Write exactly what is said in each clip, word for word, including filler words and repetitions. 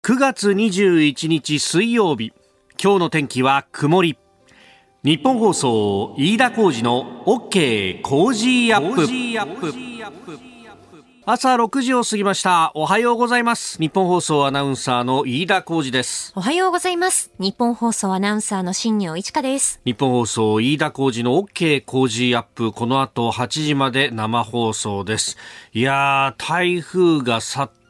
くがつにじゅういちにち水曜日、今日の天気は曇り。日本放送飯田浩司の OK 工事アップ。朝ろくじを過ぎました。おはようございます。日本放送アナウンサーの飯田浩司です。 おはようございます。日本放送アナウンサーの新業一華です。 日本放送飯田浩司の OK 工事アップ、この後はちじまで生放送です。いやー、台風が去って、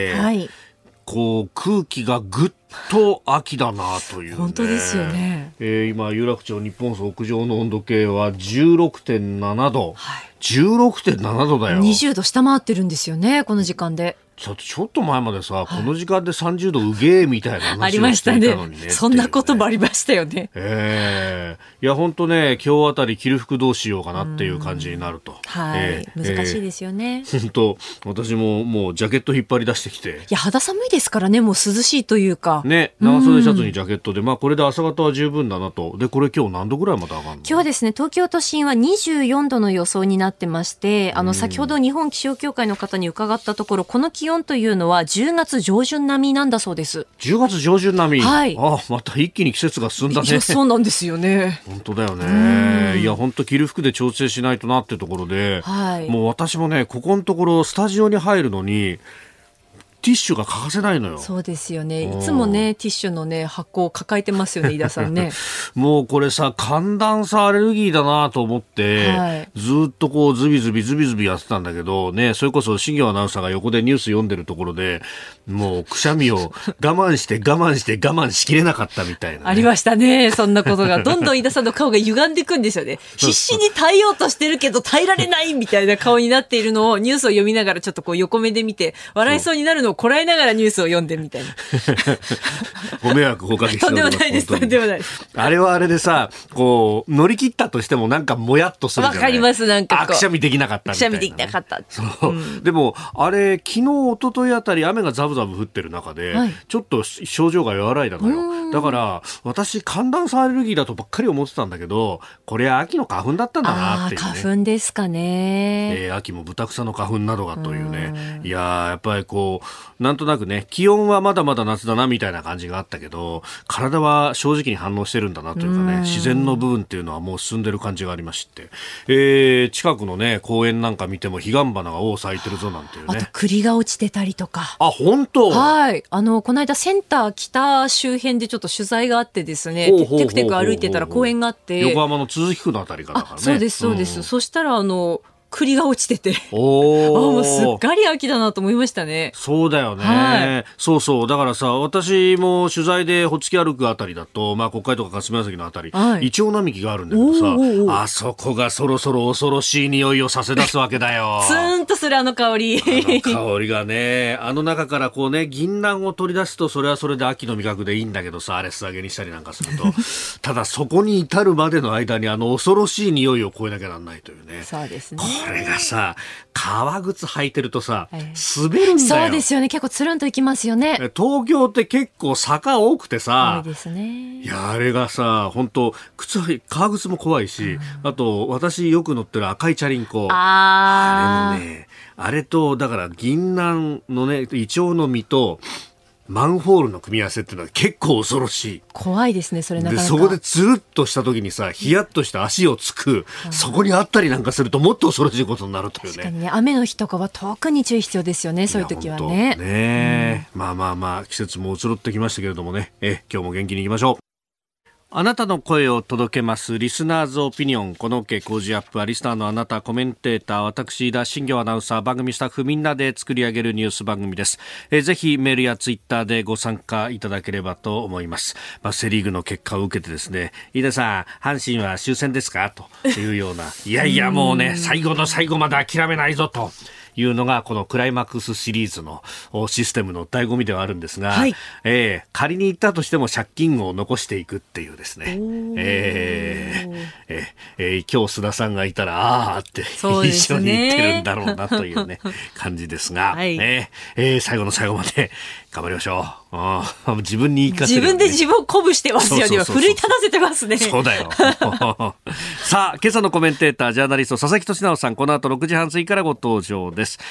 はい、こう空気がぐっと秋だなという、ね、 本当ですよね。 えー、今有楽町日本放送屋上の温度計は じゅうろくてんななど、はい、じゅうろくてんななどだよ。 にじゅうど下回ってるんですよね、この時間で。 ちょっと、ちょっと前までさ、はい、この時間でさんじゅうどうげーみたいな話をしていたのにね。 ありましたね。そんなこともありましたよね。 えー、いや本当ね、今日あたり着る服どうしようかなっていう感じになると、 はい、えー、難しいですよね。 本当、私ももうジャケット引っ張り出してきて。いや、肌寒いですからね、もう涼しいというか。 ね、長袖シャツにジャケットで、まあこれで朝方は十分だなと。で、これ今日何度ぐらいまで上がるの？ 今日はですね、東京都心はにじゅうよんどの予想になってまして、あの、先ほど日本気象協会の方に伺ったところ、この気温というのはじゅうがつ上旬並みなんだそうです。 じゅうがつ上旬並み。 はい。 あ、また一気に季節が進んだね。 いや、そうなんですよね。 本当だよね。いや、本当着る服で調整しないとなってところで、はい、もう私もね、ここのところスタジオに入るのにティッシュが欠かせないのよ。そうですよね。 いつもね、ティッシュのね、箱を抱えてますよね、飯田さんね。 もうこれさ、寒暖差アレルギーだなと思って、はい、ずっとこうズビズビズビズビやってたんだけどね、それこそ新業アナウンサーが横でニュース読んでるところで、もうくしゃみを我慢して我慢して我慢しきれなかったみたいな、ね、 ありましたね、そんなことが。どんどん飯田さんの顔が歪んでいくんですよね。必死に耐えようとしてるけど耐えられないみたいな顔になっているのをニュースを読みながらちょっとこう横目で見て笑いそうになるのをこらえながらニュースを読んでみたいな。 ご迷惑をおかけしております。 とんでもないです。とんでもないです。 あれはあれでさ、こう乗り切ったとしてもなんかもやっとするじゃない。 わかります。なんかこう。 あ、くしゃみできなかったみたいな、ね。くしゃみできなかった。 そう、うん。でもあれ昨日一昨日あたり雨がザブザブ降ってる中で、はい、ちょっと症状が和らいだのよ。だから私寒暖差アレルギーだとばっかり思ってたんだけど、これは秋の花粉だったんだなっていうね。 花粉ですかね。 えー、秋もブタクサの花粉などがというね。いやー、やっぱりこうなんとなくね、気温はまだまだ夏だなみたいな感じがあったけど、体は正直に反応してるんだなというかね、自然の部分っていうのはもう進んでる感じがありまして、えー、近くのね公園なんか見ても彼岸花が多咲いてるぞなんていうね。 あと栗が落ちてたりとか。 あ、本当？ はい。あのこの間センター北周辺でちょっと取材があってですね、テクテク歩いてたら公園があって、 横浜の都筑区のあたりからだからね。 そうですそうです、うん、そしたらあの栗が落ちてて、 おあ、もうすっかり秋だなと思いましたね。 そうだよね、 はい、 そうそう。だからさ、私も取材でほっつき歩くあたりだと、まあ、国会とか霞が関のあたり、はい、イチョウ並木があるんだけどさ、おーおー、あそこがそろそろ恐ろしい匂いをさせ出すわけだよ。 ツーンとするあの香り。 あの香りがね、あの中からこうね、銀杏を取り出すとそれはそれで秋の味覚でいいんだけどさ、あれ素揚げにしたりなんかするとただそこに至るまでの間にあの恐ろしい匂いを超えなきゃなんないというね。 そうですね。 これがさ、革靴履いてるとさ、はい、滑るんだよ。 そうですよね。結構つるんといきますよね。 東京って結構坂多くてさ、 多いですね。 いや、あれがさ、本当靴、革靴も怖いし、うん、あと私よく乗ってる赤いチャリンコ、 ああれもね、あれとだから銀杏のね、イチョウの実とマンホールの組み合わせっていうのは結構恐ろしい。 怖いですね、それなかなか。 で、そこでつるっとした時にさ、ヒヤッとした足をつく、うん、そこにあったりなんかするともっと恐ろしいことになるというね。 確かにね、雨の日とかは特に注意必要ですよね、そういう時はね。 ね、うん、まあまあまあ、季節も移ろってきましたけれどもね、え今日も元気にいきましょう。あなたの声を届けますリスナーズオピニオン。この OK 工事アップはリスナーのあなた、コメンテーター、私田新業アナウンサー、番組スタッフみんなで作り上げるニュース番組です。えー、ぜひメールやツイッターでご参加いただければと思います。まあ、セリーグの結果を受けてですね、飯田さん阪神は終戦ですかというようないやいやもうね、最後の最後まで諦めないぞというのがこのクライマックスシリーズのシステムの醍醐味ではあるんですが、はい、えー、仮に行ったとしても借金を残していくっていうですね、えーえーえー、今日須田さんがいたらあーって一緒に行ってるんだろうなというね感じですが、はい、えーえー、最後の最後まで頑張りましょう。あ自分に言い聞かせる、ね、 自分で自分を鼓舞してますよね。奮い立たせてますね。 そうだよさあ、今朝のコメンテータージャーナリスト佐々木俊直さん、この後ろくじはん過ぎからご登場です。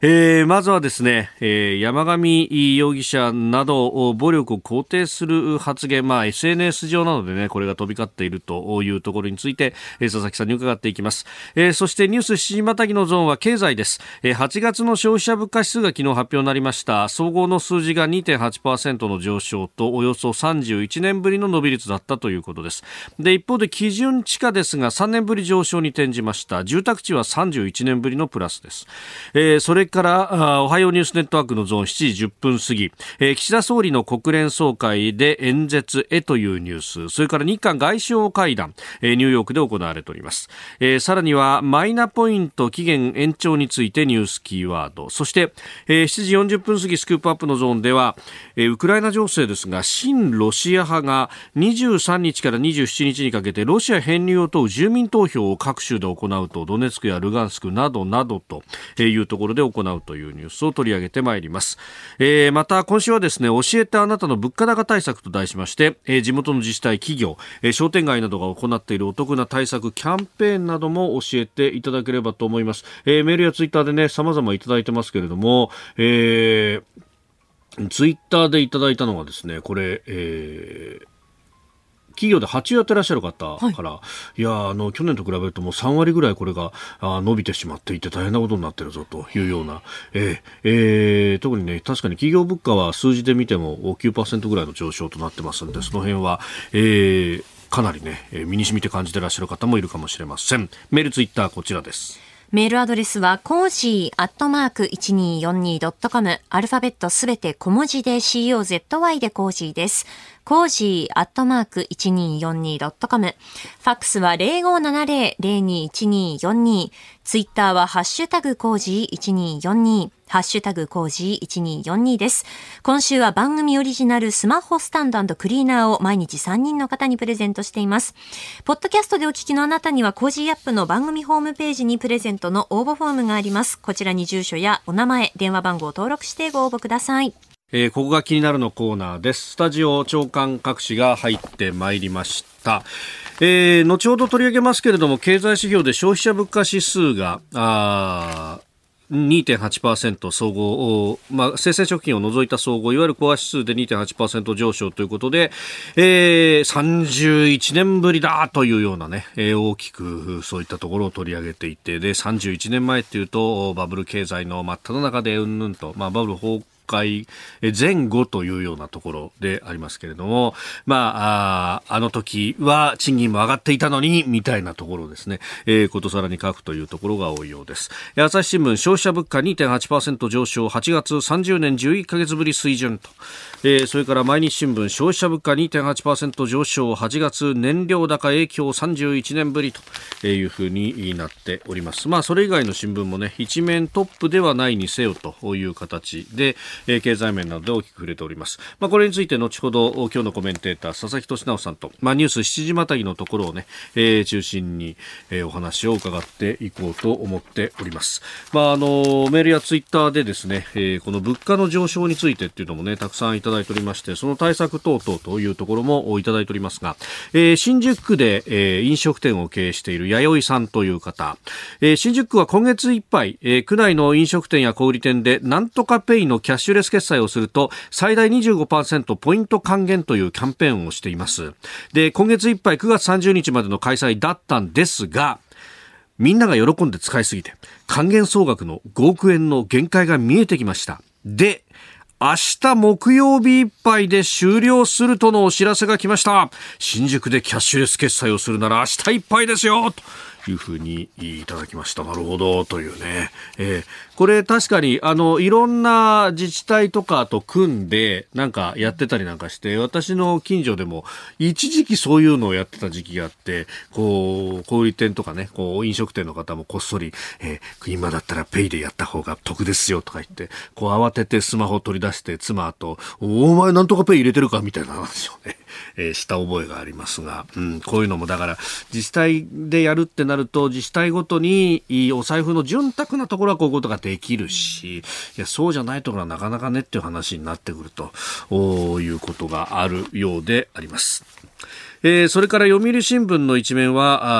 えー、まずはですね、えー、山上容疑者など暴力を肯定する発言、まあ、エスエヌエス 上などでねこれが飛び交っているというところについて、えー、佐々木さんに伺っていきます。えー、そしてニュースしちじまたぎのゾーンは経済です。えー、はちがつの消費者物価指数が昨日発表になりました。総合の数字が にてんはちパーセント の上昇とおよそさんじゅういちねんぶりの伸び率だったということです。で一方で基準地価ですがさんねんぶり上昇に転じました。住宅地はさんじゅういちねんぶりのプラスです。えー、それからおはようニュースネットワークのゾーンしちじじゅっぷん過ぎ、えー、岸田総理の国連総会で演説へというニュース、それから日韓外相会談、えー、ニューヨークで行われております。えー、さらにはマイナポイント期限延長についてニュースキーワード、そして、えー、しちじよんじゅっぷん過ぎスクープアップのゾーンでは、えー、ウクライナ情勢ですが親ロシア派がにじゅうさんにちからにじゅうしちにちにかけてロシア編入を問う住民投票を各州で行うと、ドネツクやルガンスクなどなどというところで行うというニュースを取り上げてまいります。えー、また今週はですね、教えてあなたの物価高対策と題しまして、えー、地元の自治体企業、えー、商店街などが行っているお得な対策キャンペーンなども教えていただければと思います。えー、メールやツイッターでね様々いただいてますけれども、えー、ツイッターでいただいたのがですね、これ、えー企業で発注やってらっしゃる方から、はい、いやあの去年と比べるともうさんわりぐらいこれがあ伸びてしまっていて大変なことになってるぞというような、えーえー、特にね確かに企業物価は数字で見ても きゅうパーセント ぐらいの上昇となってますので、その辺は、えー、かなりね身に染みて感じてらっしゃる方もいるかもしれません。メールツイッターこちらです。 メールアドレスはコージーアットマーク いちにーよんにードットコム、 アルファベットすべて小文字で コーズ でコージーです。コージーアットマーク いちにーよんにードットコム、 ファックスは ゼロごーななゼロ ゼロにーいちにーよんに、ツイッターはハッシュタグコージーいちにーよんに、ハッシュタグコージーいちにーよんにです。今週は番組オリジナルスマホスタンド&クリーナーを毎日さんにんの方にプレゼントしています。ポッドキャストでお聞きのあなたにはコージーアップの番組ホームページにプレゼントの応募フォームがあります。こちらに住所やお名前、電話番号を登録してご応募ください。 えー、ここが気になるのコーナーです。スタジオ長官各紙が入ってまいりました。えー、後ほど取り上げますけれども、経済指標で消費者物価指数があ にてんはちパーセント 総合、まあ、生鮮食品を除いた総合いわゆるコア指数で にてんはちパーセント 上昇ということで、えー、さんじゅういちねんぶりだというようなね、えー、大きくそういったところを取り上げていて、でさんじゅういちねんまえっていうとバブル経済の真っ只中でうんぬんと、まあ、バブル崩壊前後というようなところでありますけれども、まあ、あ, あの時は賃金も上がっていたのにみたいなところですね、えー、ことさらに書くというところが多いようです。朝日新聞、消費者物価 にてんはちパーセント 上昇、はちがつさんじゅうねんじゅういっかげつぶり水準と、えー、それから毎日新聞、消費者物価 にてんはちパーセント 上昇、はちがつ燃料高影響さんじゅういちねんぶりというふうになっております。まあそれ以外の新聞もね一面トップではないにせよという形で、えー、経済面などで大きく触れております。まあ、これについて後ほど今日のコメンテーター佐々木俊直さんと、まあ、ニュースしちじまたぎのところをね、えー、中心に、えー、お話を伺っていこうと思っております。まあ、あのメールやツイッターでですね、えー、この物価の上昇についてっていうのもねたくさんいただいておりまして、その対策等々というところもいただいておりますが、えー、新宿区で、えー、飲食店を経営している弥生さんという方、えー、新宿区は今月いっぱい、えー、区内の飲食店や小売店でなんとかペイのキャッシュレス決済をすると最大 にじゅうごパーセント ポイント還元というキャンペーンをしています。で、今月いっぱいくがつさんじゅうにちまでの開催だったんですが、みんなが喜んで使いすぎて還元総額のごおくえんの限界が見えてきました。で、明日木曜日いっぱいで終了するとのお知らせが来ました。新宿でキャッシュレス決済をするなら明日いっぱいですよというふうにいただきました。なるほどというね、えー、これ確かにあのいろんな自治体とかと組んでなんかやってたりなんかして、私の近所でも一時期そういうのをやってた時期があって、こう小売店とかね、こう飲食店の方もこっそり、えー、今だったらペイでやった方が得ですよとか言って、こう慌ててスマホを取り出して妻とお前なんとかペイ入れてるかみたいな話をね、えー、した覚えがありますが、うん、こういうのもだから自治体でやるってなると自治体ごとにお財布の潤沢なところはこういうことができるし、いやそうじゃないところはなかなかねっていう話になってくるということがあるようであります。えー、それから読売新聞の一面は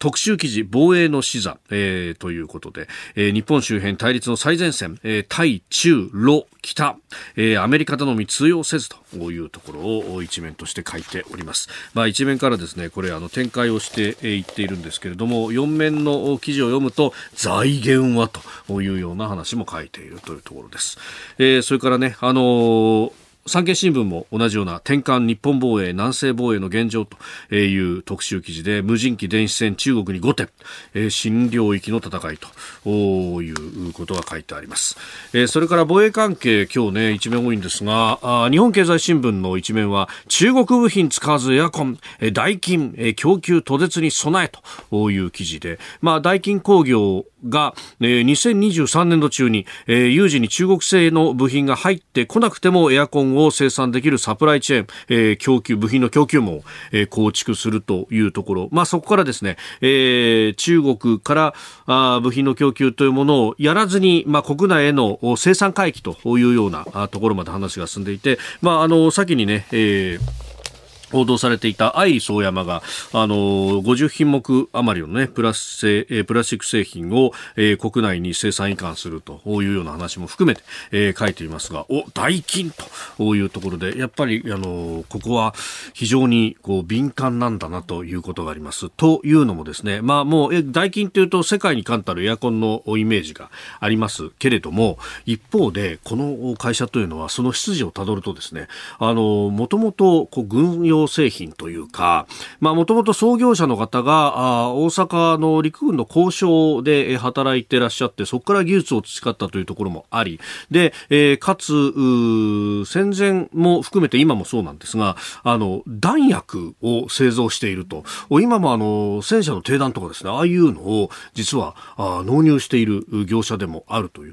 特集記事防衛の視座、えー、ということで、えー、日本周辺対立の最前線、えー、対中ロ北、えー、アメリカ頼み通用せずというところを一面として書いております。まあ、一面からですねこれあの展開をしていっているんですけれども、よん面の記事を読むと財源はというような話も書いているというところです。えー、それからねあのー産経新聞も同じような転換日本防衛南西防衛の現状という特集記事で、無人機電子戦中国にごてん、えー、新領域の戦いということが書いてあります。えー、それから防衛関係今日ね一面多いんですが、あ日本経済新聞の一面は中国部品使わずエアコン、えー、ダイキン、えー、供給途絶に備えという記事で、まあ、ダイキン工業が、えー、にせんにじゅうさんねん度中に、えー、有事に中国製の部品が入ってこなくてもエアコンを生産できるサプライチェーン、えー、供給部品の供給網を、えー、構築するというところ、まあ、そこからですね、えー、中国からあ部品の供給というものをやらずに、まあ、国内への生産回帰というようなところまで話が進んでいて、まあ、あの先にね、えー報道されていたアイリスオーヤマがあのごじゅう品目余りの、ね、プラス製、えー、プラスチック製品を、えー、国内に生産移管するというような話も含めて、えー、書いていますが、お大金というところでやっぱりあのここは非常にこう敏感なんだなということがあります。というのもですね、まあ、もうえ大金というと世界に冠たるエアコンのイメージがありますけれども、一方でこの会社というのはその出自をたどるとですね、あのもともとこう軍用製品というか、もともと創業者の方があ大阪の陸軍の工廠で働いていらっしゃって、そこから技術を培ったというところもありで、えー、かつ戦前も含めて今もそうなんですが、あの弾薬を製造していると、今もあの戦車の艇弾とかですね、ああいうのを実はあ納入している業者でもあるという、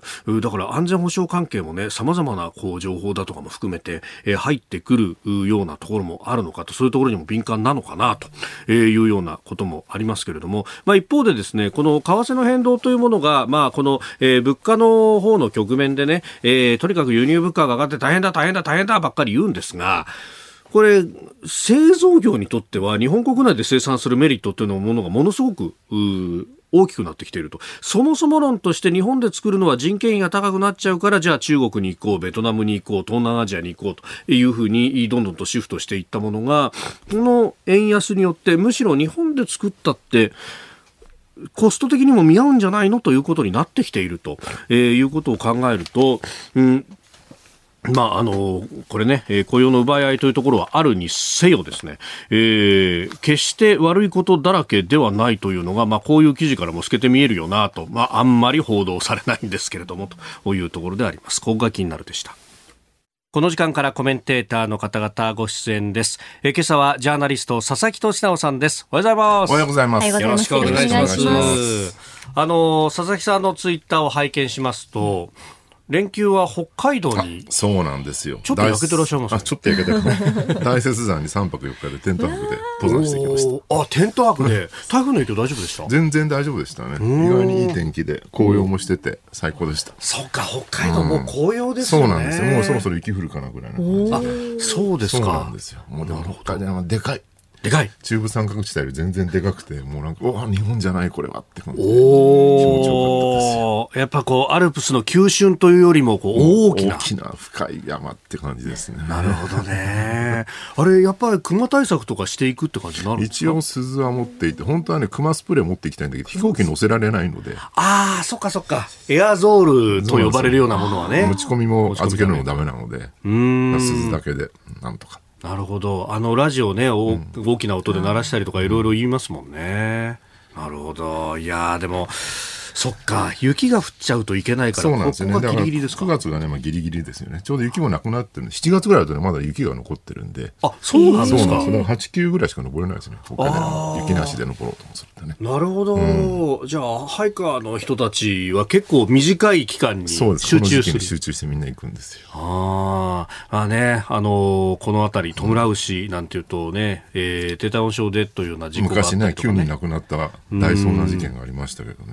だから安全保障関係もね、様々なこう情報だとかも含めて、えー、入ってくるようなところもあるのかと、そういうところにも敏感なのかなというようなこともありますけれども、まあ、一方でですね、この為替の変動というものが、まあ、この、えー、物価の方の局面でね、えー、とにかく輸入物価が上がって大変だ大変だ大変だばっかり言うんですが、これ製造業にとっては日本国内で生産するメリットというのものがものすごく大きくなってきていると。そもそも論として日本で作るのは人件費が高くなっちゃうから、じゃあ中国に行こう、ベトナムに行こう、東南アジアに行こうというふうにどんどんとシフトしていったものが、この円安によってむしろ日本で作ったってコスト的にも見合うんじゃないのということになってきていると、えー、いうことを考えると、うんまあ、あの、これね、えー、雇用の奪い合いというところはあるにせよですね、えー、決して悪いことだらけではないというのが、まあ、こういう記事からも透けて見えるよなと、まあ、あんまり報道されないんですけれども、というところであります。ここが気になるでした。この時間からコメンテーターの方々ご出演です。え今朝はジャーナリスト佐々木俊直さんです。おはようございます。 おはようございます。 よろしくお願いします。あの、佐々木さんのツイッターを拝見しますと、連休は北海道にそうなんですよ。 ちょっと焼けてらっしゃいます、ね、 あちょっと焼けてる大雪山にさんぱくよっかでテント泊で登山してきました。 あテント泊で台風の影響大丈夫でした？ 全然大丈夫でしたね。意外にいい天気で紅葉もしてて最高でした。 そうか、北海道もう紅葉ですよね、 うん、そうなんですよ。もうそろそろ雪降るかなぐらいな感じで。 あそうですか。 そうなんですよ。もうでも北海道はでかいでかい中部三角地帯より全然でかくて、もうなんかお日本じゃないこれはって感じで気持ちよかったですよ。やっぱこうアルプスの急峻というよりもこう大きな大きな深い山って感じですね。 なるほどね。あれやっぱり熊対策とかしていくって感じになるんですか？ 一応鈴は持っていて、本当はね熊スプレー持っていきたいんだけど飛行機乗せられないので。 ああそっかそっか。エアゾールと呼ばれるようなものはね、 持ち込みも預けるのもダメなので、うーん鈴だけでなんとか。 なるほど。あのラジオね、うん、大きな音で鳴らしたりとかいろいろ言いますもんね。なるほど。いやでもそっか、雪が降っちゃうといけないから、 そうなんですよね。 ここがギリギリですか？ くがつがね、まあ、ギリギリですよね。ちょうど雪もなくなってるんで、しちがつぐらいだとねまだ雪が残ってるんで。 あ、そうなんですか。 そうなんですよ。はち、きゅうぐらいしか登れないですね。他で雪なしで登ろうとするとね。 なるほど、うん、じゃあハイカーの人たちは結構短い期間に集中する。そうです。この時期に集中してみんな行くんですよ。 ああね、あのー、この辺りトムラウシなんていうとね、えー、低体温症でというような事故があったりとか、ね、 昔ねきゅうにん亡くなった大遭難事件がありましたけどね。 え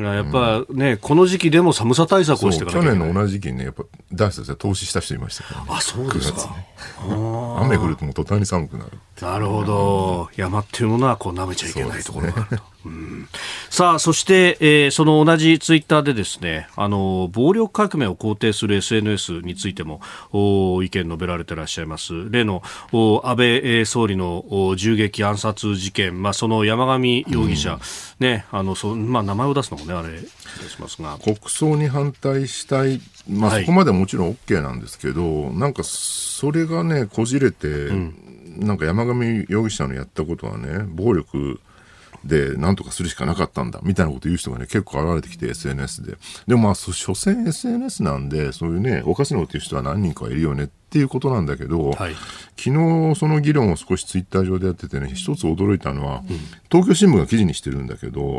やっぱね、うん、この時期でも寒さ対策をしていかなきゃいけない。 去年の同じ時期にね、やっぱ大人たちは投資した人いましたからね。 あ、そうですか。 ね、雨降るともう途端に寒くなる。 なるほど。山っていうものはこう舐めちゃいけないところがあると。うん、さあ、そして、えー、その同じツイッターでですね、あの暴力革命を肯定する エスエヌエス についても意見述べられていらっしゃいます。例の安倍総理の銃撃暗殺事件、まあ、その山上容疑者、うんね、あのそまあ、名前を出すのもねあれしますが、 国葬に反対したい、まあはい、そこまではもちろん OK なんですけど、なんかそれがねこじれて、うん、なんか山上容疑者のやったことはね暴力で何とかするしかなかったんだみたいなこと言う人がね結構現れてきて エスエヌエス で、でもまあ所詮 エスエヌエス なんでそういうねおかしなこと言う人は何人かいるよねっていうことなんだけど、はい、昨日その議論を少しツイッター上でやっててね、一つ驚いたのは、うん、東京新聞が記事にしてるんだけど、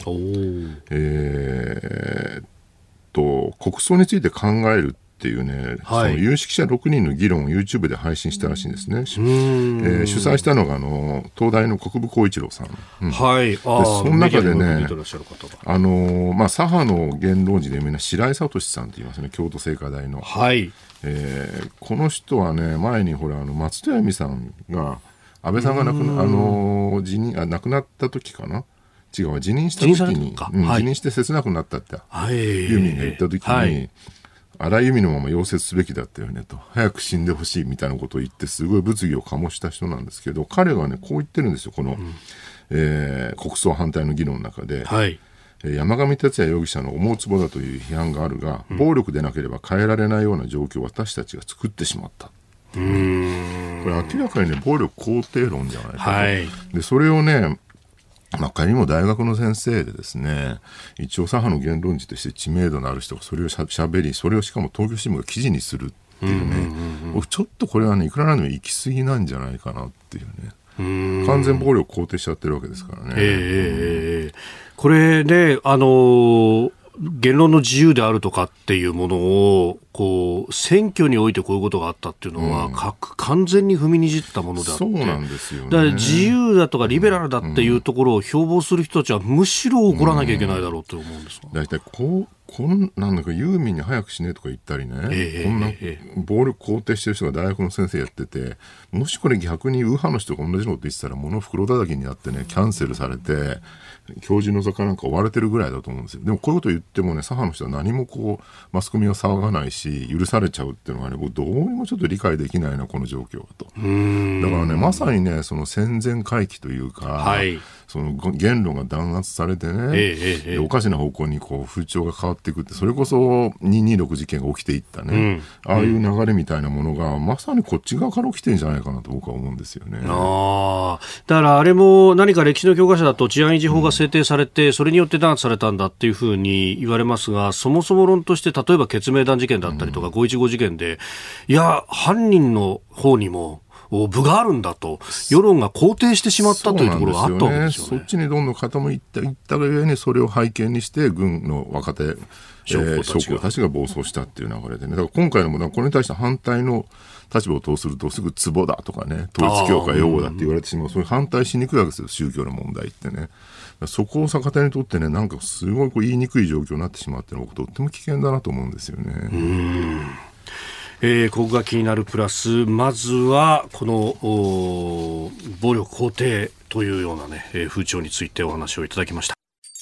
えー、っと国葬について考えるっていうね、はい、その有識者ろくにんの議論を YouTube で配信したらしいんですね。えー、主催したのがあの東大の国分光一郎さん、うん、はい、あでその中でねあの、まあ、左派の言論時で有名な白井聡さんと言いますね、京都精華大の、はいえー、この人はね前にほらあの松任谷由実さんが安倍さんが亡くな、あの辞任あ亡くなった時かな違う辞任した時に辞任、うんはい、辞任して切なくなったってユーミンが言った時に、はい荒井由実のまま溶接すべきだったよねと、早く死んでほしいみたいなことを言ってすごい物議を醸した人なんですけど、彼はねこう言ってるんですよ、この、うんえー、国葬反対の議論の中で、はい、山上徹也容疑者の思うつぼだという批判があるが、うん、暴力でなければ変えられないような状況を私たちが作ってしまった。うーんこれ明らかにね暴力肯定論じゃないかと、はい、でそれをねまあ、仮にも大学の先生でですね、一応左派の言論児として知名度のある人がそれをしゃ、しゃべり、それをしかも東京新聞が記事にするっていうね、うんうんうん、ちょっとこれはねいくらなんでも行き過ぎなんじゃないかなっていうね、うん完全暴力を肯定しちゃってるわけですからね。えー、 これね、あのー言論の自由であるとかっていうものをこう選挙においてこういうことがあったっていうのは、うん、完全に踏みにじったものであって、 そうなんですよね。 だから自由だとかリベラルだっていうところを標榜する人たちはむしろ怒らなきゃいけないだろうと思うんですが、 だいたいこうこんなんだかユーミンに早く死ねとか言ったりね、えー、こんな暴力肯定してる人が大学の先生やってて、もしこれ逆に右派の人が同じのこと言ってたら物袋叩きにあってねキャンセルされて教授の座かなんか追われてるぐらいだと思うんですよ。でもこういうこと言ってもね左派の人は何もこうマスコミは騒がないし許されちゃうっていうのがね、僕どうにもちょっと理解できないなこの状況はと。うーんだからねまさにねその戦前回帰というか、はい、その言論が弾圧されてね、えーえー、おかしな方向にこう風潮が変わっていくって、それこそにひゃくにじゅうろく事件が起きていったね、うん、ああいう流れみたいなものがまさにこっち側から起きてるんじゃないかなと僕は思うんですよね。 あだからあれも何か歴史の教科書だと治安維持法が制定されて、うん、それによって弾圧されたんだっていうふうに言われますが、そもそも論として例えば決明弾事件だったりとか、うん、ごいちご事件でいや犯人の方にも部があるんだと世論が肯定してしまったというところがあったわけですよね。 そっちにどんどん傾いっていったがゆえにそれを背景にして軍の若手将校たちが暴走したっていう流れでね、だから今回のもこれに対して反対の立場を通するとすぐツボだとかね統一教会擁護だって言われてしまう、そういう反対しにくいわけですよ宗教の問題ってね。そこを逆手にとってねなんかすごいこう言いにくい状況になってしまうっていうのはとっても危険だなと思うんですよね。うーんえー、ここが気になるプラス、まずはこの暴力肯定というような、ね、風潮についてお話をいただきました。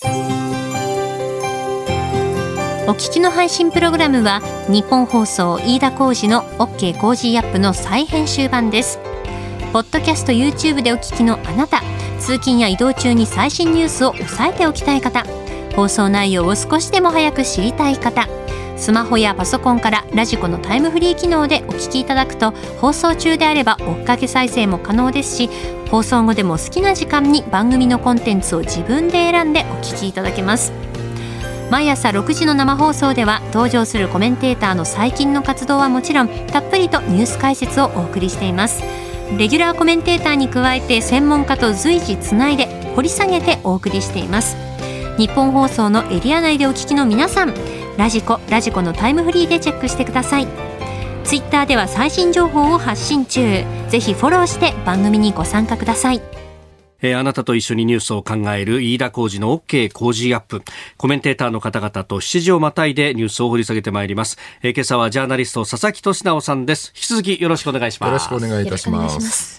お聞きの配信プログラムは日本放送飯田浩司の OK コージーアップの再編集版です。ポッドキャスト YouTube でお聞きのあなた、通勤や移動中に最新ニュースを押さえておきたい方、放送内容を少しでも早く知りたい方、スマホやパソコンからラジコのタイムフリー機能でお聞きいただくと、放送中であれば追っかけ再生も可能ですし、放送後でも好きな時間に番組のコンテンツを自分で選んでお聞きいただけます。毎朝ろくじの生放送では登場するコメンテーターの最近の活動はもちろん、たっぷりとニュース解説をお送りしています。レギュラーコメンテーターに加えて専門家と随時つないで掘り下げてお送りしています。日本放送のエリア内でお聞きの皆さん、ラジコ、ラジコのタイムフリーでチェックしてください。ツイッターでは最新情報を発信中。ぜひフォローして番組にご参加ください。 えー、あなたと一緒にニュースを考える飯田浩司の OK 工事アップ。コメンテーターの方々としちじをまたいでニュースを掘り下げてまいります。えー、今朝はジャーナリスト佐々木俊直さんです。引き続きよろしくお願いします。 よろしくお願いいたします。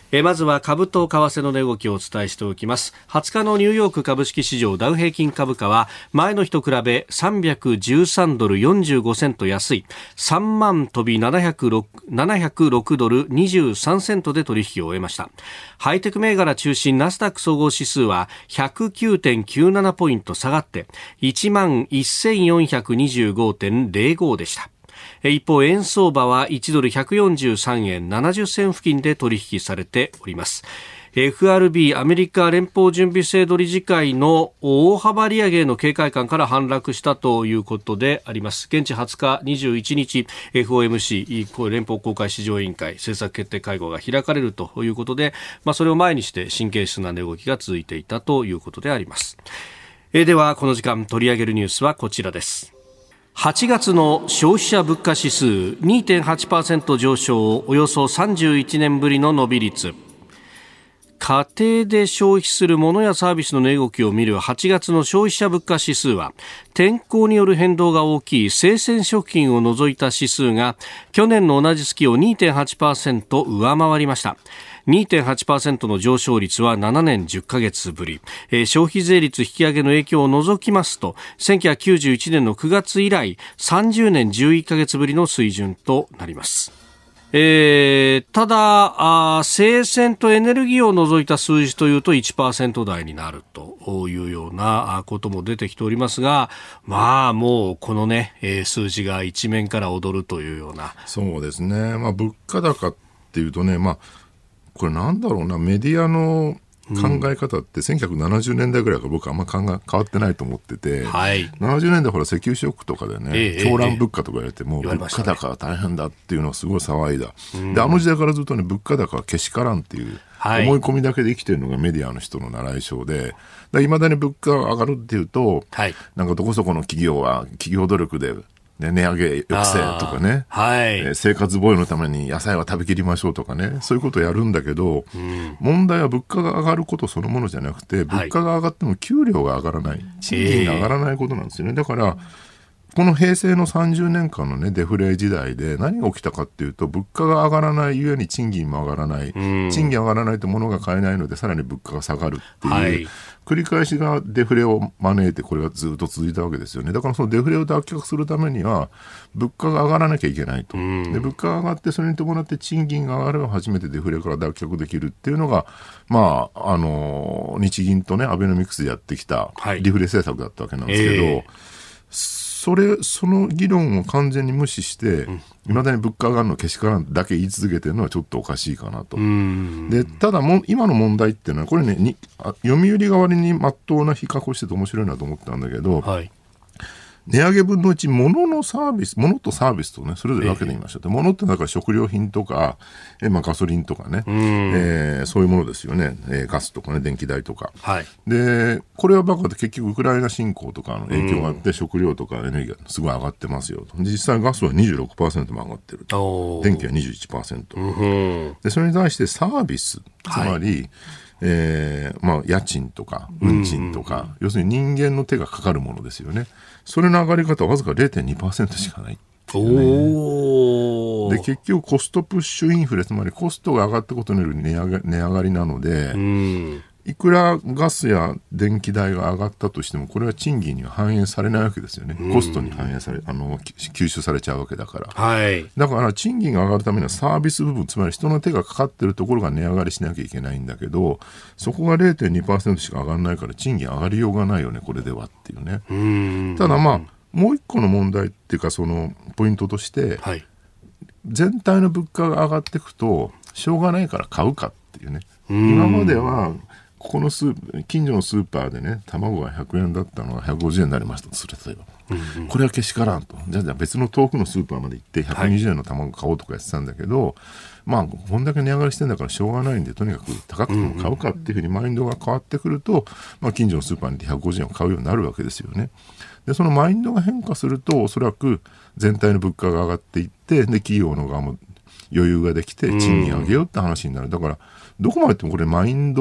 えー、まずは株と為替の値動きをお伝えしておきます。はつかのニューヨーク株式市場ダウ平均株価は前の日と比べさんびゃくじゅうさんドルよんじゅうごセント安いさんまん飛びななひゃくろくドルにじゅうさんセントで取引を終えました。ハイテク銘柄中心ナスダック総合指数は ひゃくきゅうてんきゅうなな ポイント下がっていちまんせんよんひゃくにじゅうごてんゼロごでした。一方円相場はいちドルひゃくよんじゅうさんえんななじゅっせん付近で取引されております。エフアールビー アメリカ連邦準備制度理事会の大幅利上げへの警戒感から反落したということであります。現地はつかにじゅういちにち エフオーエムシー 連邦公開市場委員会政策決定会合が開かれるということで、まあ、それを前にして神経質な値動きが続いていたということであります。えではこの時間取り上げるニュースはこちらです。はちがつの消費者物価指数 にてんはちパーセント 上昇、およそさんじゅういちねんぶりの伸び率。家庭で消費するモノやサービスの値動きを見るはちがつの消費者物価指数は天候による変動が大きい生鮮食品を除いた指数が去年の同じ月を にてんはちパーセント 上回りました。にてんはちパーセント の上昇率はななねんじゅっかげつぶり、えー、消費税率引き上げの影響を除きますとせんきゅうひゃくきゅうじゅういちねんのくがつ以来さんじゅうねんじゅういっかげつぶりの水準となります。えー、ただあ生鮮とエネルギーを除いた数字というと いちパーセント 台になるというようなことも出てきておりますが、まあもうこのね、えー、数字が一面から踊るというような。 そうですね、まあ、物価高っていうとね、まあ、これなんだろうな、メディアの考え方ってせんきゅうひゃくななじゅうねんだいぐらいから僕はあんま考え変わってないと思ってて、はい、ななじゅうねんだいほら石油ショックとかでね、ええ、狂乱物価とか言われて、もう物価高は大変だっていうのをすごい騒いだ、うん、であの時代からずっとね物価高はけしからんっていう思い込みだけで生きてるのがメディアの人の習い性で、いまだに物価が上がるっていうと、はい、なんかどこそこの企業は企業努力でね、値上げ抑制とかね、はいえー、生活防衛のために野菜は食べきりましょうとかね、そういうことをやるんだけど、うん、問題は物価が上がることそのものじゃなくて、物価が上がっても給料が上がらない、賃金が上がらないことなんですよね。だからこの平成のさんじゅうねんかんのねデフレ時代で何が起きたかっていうと、物価が上がらないゆえに賃金も上がらない、うん、賃金上がらないと物が買えないのでさらに物価が下がるっていう、はい、繰り返しがデフレを招いて、これがずっと続いたわけですよね。だからそのデフレを脱却するためには物価が上がらなきゃいけないと、うん、で物価が上がってそれに伴って賃金が上がれば初めてデフレから脱却できるっていうのが、まああの日銀とねアベノミクスでやってきたリフレ政策だったわけなんですけど、はいえーそれその議論を完全に無視していまだに物価上がるのけしからんだけ言い続けてるのはちょっとおかしいかなと。でただも今の問題っていうのはこれねに読売が割に真っ当な比較をしてて面白いなと思ったんだけど、はい、値上げ分のうち物のサービス物とサービスとねそれぞれ分けてみましょう。で物ってだから食料品とか、えまあ、ガソリンとかね、えー、そういうものですよね、えー、ガスとかね電気代とか、はい、でこれはバカで結局ウクライナ侵攻とかの影響があって食料とかエネルギーがすごい上がってますよと。実際ガスは にじゅうろくパーセント も上がってると、電気は にじゅういちパーセント、でそれに対してサービスつまり、はいえーまあ、家賃とか運賃とか、うん、要するに人間の手がかかるものですよね。それの上がり方はわずか ゼロてんにパーセント しかないっていうね。おで結局コストプッシュインフレ、つまりコストが上がったことによる値上が、値上がりなので、うんいくらガスや電気代が上がったとしてもこれは賃金には反映されないわけですよね。コストに反映されあの吸収されちゃうわけだから、はい、だから賃金が上がるためにはサービス部分つまり人の手がかかってるところが値上がりしなきゃいけないんだけどそこが ゼロてんにパーセント しか上がらないから賃金上がりようがないよねこれではっていうね。うんただまあもう一個の問題っていうかそのポイントとして、はい、全体の物価が上がっていくとしょうがないから買うかっていうね。今まではここのスープ近所のスーパーでね卵がひゃくえんだったのがひゃくごじゅうえんになりましたとする例えば、うんうん、これはけしからんとじゃあ別の遠くのスーパーまで行ってひゃくにじゅうえんの卵買おうとかやってたんだけど、はい、まあこんだけ値上がりしてんだからしょうがないんでとにかく高くても買うかっていうふうにマインドが変わってくると、まあ、近所のスーパーに行ってひゃくごじゅうえんを買うようになるわけですよね。でそのマインドが変化するとおそらく全体の物価が上がっていってで企業の側も余裕ができて賃金上げようって話になる。だからどこまでってもこれマインド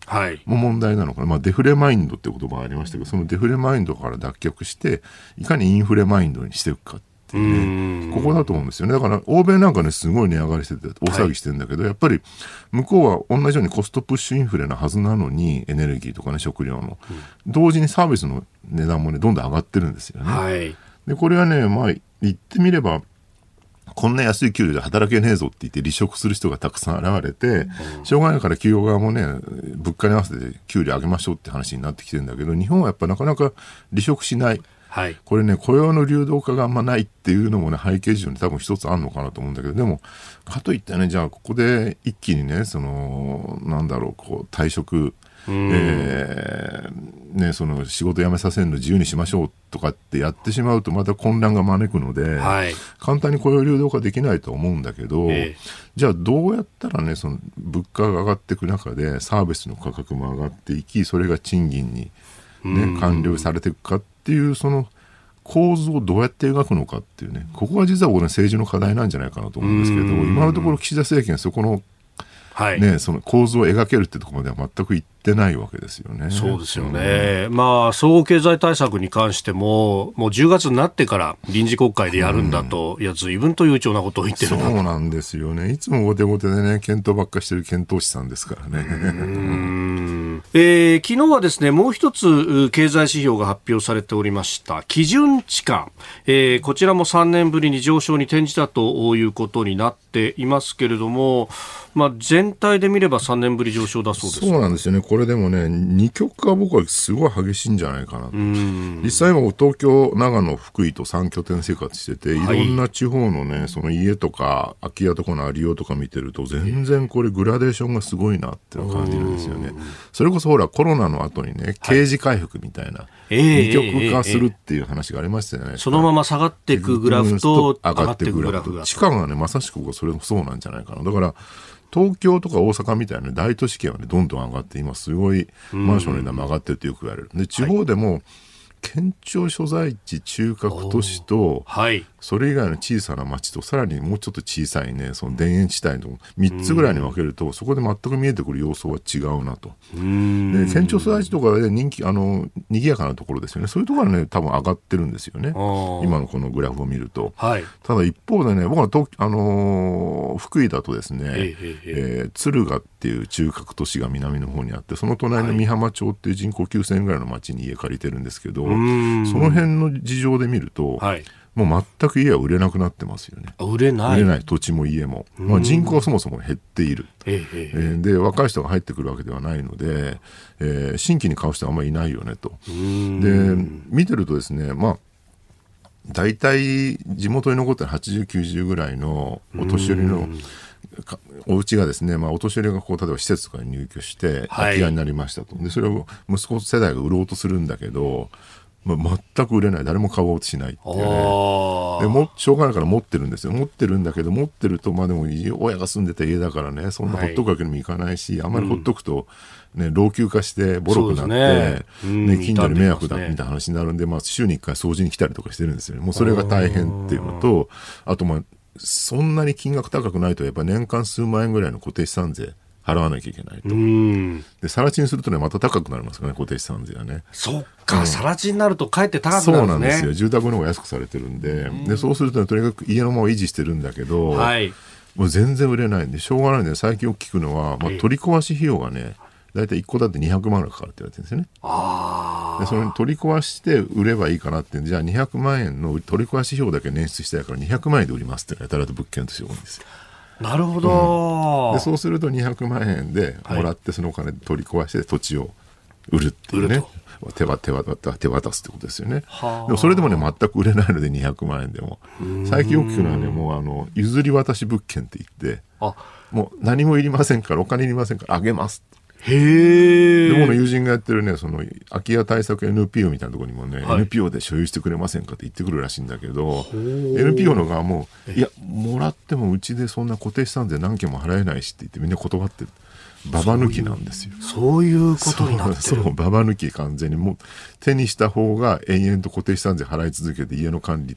も問題なのかな、まあ、デフレマインドって言葉がありましたけど、そのデフレマインドから脱却していかにインフレマインドにしていくかっていうね、ここだと思うんですよね。だから欧米なんかねすごい値上がりしてて大騒ぎしてるんだけど、はい、やっぱり向こうは同じようにコストプッシュインフレなはずなのに、エネルギーとかね食料の、うん、同時にサービスの値段もねどんどん上がってるんですよね、はい、でこれはね、まあ言ってみればこんな安い給料で働けねえぞって言って離職する人がたくさん現れて、うん、しょうがないから企業側もね物価に合わせて給料上げましょうって話になってきてるんだけど、日本はやっぱなかなか離職しない、はい、これね雇用の流動化があんまないっていうのもね背景事情に多分一つあるのかなと思うんだけど、でもかといってねじゃあここで一気にねそのなんだろうこう退職えーね、その仕事辞めさせるの自由にしましょうとかってやってしまうとまた混乱が招くので、はい、簡単に雇用流動化できないと思うんだけど、えー、じゃあどうやったらねその物価が上がっていく中でサービスの価格も上がっていき、それが賃金に、ね、還流されていくかっていうその構図をどうやって描くのかっていうね、ここが実はこれ政治の課題なんじゃないかなと思うんですけど、今のところ岸田政権はそこのはいね、その構図を描けるってところまでは全くいってないわけですよね。 そうですよね、うん、まあ総合経済対策に関してももうじゅうがつになってから臨時国会でやるんだと、うん、いや随分と悠長なことを言ってるな。 そうなんですよね。いつも後手後手でね検討ばっかしてる検討士さんですからね。うんえー、昨日はですねもう一つ経済指標が発表されておりました基準地価、えー、こちらもさんねんぶりに上昇に転じたということになっていますけれども、まあ、全体で見ればさんねんぶり上昇だそうです。 そうなんですよね。これでもね二極化は僕はすごい激しいんじゃないかなと。実際今東京長野福井とさん拠点生活してて、はい、いろんな地方のねその家とか空き家とかのありようとか見てると全然これグラデーションがすごいなって感じるんですよね。それこそほらコロナの後にね経時回復みたいな、はい、二極化するっていう話がありましたよね、えーえーえー、 そのまま下がっていくグラフと上がっていくグラフが地価がねまさしくそれもそうなんじゃないかな。だから東京とか大阪みたいな大都市圏は、ね、どんどん上がって今すごいマンションの値段も上がってるってよく言われる。で地方でも、はい、県庁所在地中核都市と、はい、それ以外の小さな町とさらにもうちょっと小さいねその田園地帯のみっつぐらいに分けると、そこで全く見えてくる様相は違うなと。で県庁所在地とかで人気あの賑やかなところですよね。そういうところはね多分上がってるんですよね今のこのグラフを見ると、はい、ただ一方でね僕はと、あのー、福井だとですね、えーえー、敦賀っていう中核都市が南の方にあって、その隣の美浜町っていう人口きゅうせんえんぐらいの町に家借りてるんですけど、その辺の事情で見ると、はい、もう全く家は売れなくなってますよね。 売れない、 売れない土地も家も、まあ、人口はそもそも減っている、えええー、で若い人が入ってくるわけではないので、えー、新規に買う人はあんまりいないよねと。で見てるとですねまあ大体地元に残ってるはちじゅう、きゅうじゅうぐらいのお年寄りのお家がですね、まあ、お年寄りがこう例えば施設とかに入居して空き家になりましたと。でそれを息子世代が売ろうとするんだけど、まあ、全く売れない、誰も買おうとしないっていうね。でもしょうがないから持ってるんですよ。持ってるんだけど持ってるとまあでも親が住んでた家だからねそんなほっとくわけにもいかないし、はい、あんまりほっとくと、ね、老朽化してボロくなって、ねね、近所に迷惑だみたいな話になるんで、まあ、週にいっかい掃除に来たりとかしてるんですよね。もうそれが大変っていうのと、あとまあそんなに金額高くないとやっぱ年間数万円ぐらいの固定資産税払わなきゃいけないと。うんで更地にするとねまた高くなりますからね固定資産税はね。 そっか、うん、更地になるとかえって高くなるんですね。 そうなんですよ。住宅の方が安くされてるんで、うんでそうすると、ね、とにかく家のまま維持してるんだけど、はい、もう全然売れないんでしょうがないんで、最近聞くのは、まあ、取り壊し費用がねだいたいいっこだってにひゃくまん円かかるって言われてるんですよね。あでそれ取り壊して売ればいいかなって、じゃあにひゃくまんえんの取り壊し費用だけ捻出したいからにひゃくまんえんで売りますってやたらと物件として多いんですよ。 なるほど、 うん、でそうするとにひゃくまんえんでもらって、そのお金で取り壊して土地を売るっていうね、手は手は手渡すってことですよね。でもそれでもね全く売れないのでにひゃくまんえんでも最近よく聞くのはねもうあの譲り渡し物件って言って、あもう何もいりませんからお金いりませんからあげますへー。で僕の友人がやってるねその空き家対策 エヌピーオー みたいなところにもね、はい、エヌピーオー で所有してくれませんかって言ってくるらしいんだけど エヌピーオー の側もいやもらってもうちでそんな固定資産税何件も払えないしって言ってみんな断ってる。ババ抜きなんですよ。 そういうことになってる。 そうそうババ抜き完全にもう手にした方が延々と固定資産税払い続けて家の管理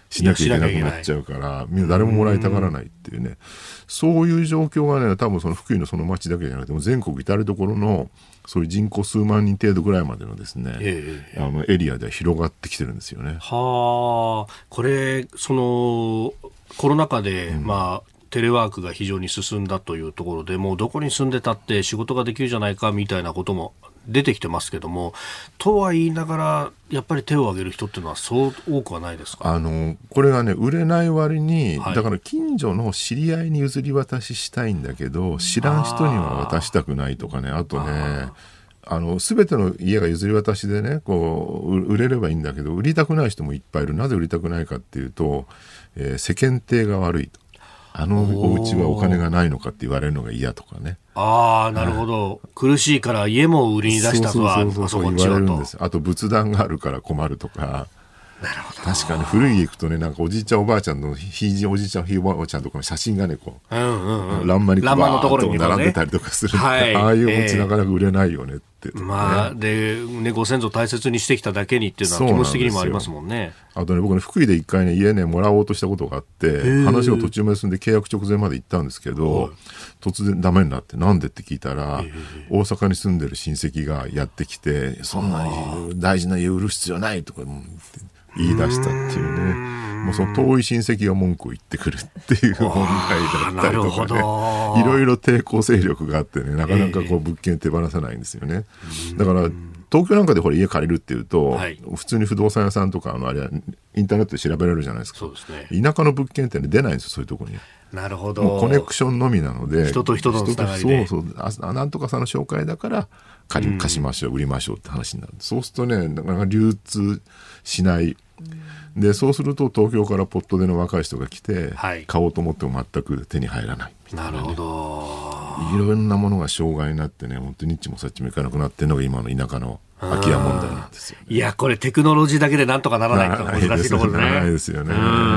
しなきゃいけなくなっちゃうからみんな誰ももらいたがらないっていうね、うそういう状況がね多分その福井のその町だけじゃなくても全国至る所のそういう人口数万人程度ぐらいまでのですね、ええ、あのエリアでは広がってきてるんですよね。 はあ、これそのコロナ禍で、うん、まあテレワークが非常に進んだというところでもうどこに住んでたって仕事ができるじゃないかみたいなことも出てきてますけども、とは言いながらやっぱり手を挙げる人っていうのはそう多くはないですか。 あのこれがね売れない割に、はい、だから近所の知り合いに譲り渡ししたいんだけど知らん人には渡したくないとかね、あとねあの全ての家が譲り渡しでねこう売れればいいんだけど売りたくない人もいっぱいいる。なぜ売りたくないかっていうと、えー、世間体が悪いと、あのお家はお金がないのかって言われるのが嫌とかね。 ああ、なるほど、はい、苦しいから家も売りに出したとは言われるんです。あと仏壇があるから困るとか。 なるほど。 確かに古い家行くとねなんかおじいちゃんおばあちゃんのひいじおじいちゃんひいおばあちゃんとかの写真がねこう、うんうんうん、欄間にバーッと並んでたりとかする、はい、ああいうお家なかなか売れないよねって、 えーまあでね、ご先祖大切にしてきただけにっていうのは気持ち的にもありますもんね。 あとね僕ね福井で一回ね家ねもらおうとしたことがあって話を途中まで進んで契約直前まで行ったんですけど突然ダメになってなんでって聞いたら大阪に住んでる親戚がやってきてそんなに大事な家売る必要ないとか言い出したっていうね、もうその遠い親戚が文句を言ってくるっていう問題だったりとかね、いろいろ抵抗勢力があってねなかなかこう物件手放さないんですよね。だから東京なんかでこれ家借りるっていうと、はい、普通に不動産屋さんとかあのあれはインターネットで調べられるじゃないですか。 そうですね、 田舎の物件って、ね、出ないんですよそういうところに。 なるほど。 もうコネクションのみなので人と人とのつながりでそうそうあなんとかさんの紹介だから借り貸しましょう、うん、売りましょうって話になる。そうするとねなかなか流通しない、うん、でそうすると東京からポットでの若い人が来て、はい、買おうと思っても全く手に入らないみたいな、ね、 なるほど。 いろんなものが障害になってね本当にニッチもサッチもいかなくなってるのが今の田舎の空き家問題なんですよ、ね、 いやこれテクノロジーだけでなんとかならないと難しいところですね。 ないですよね。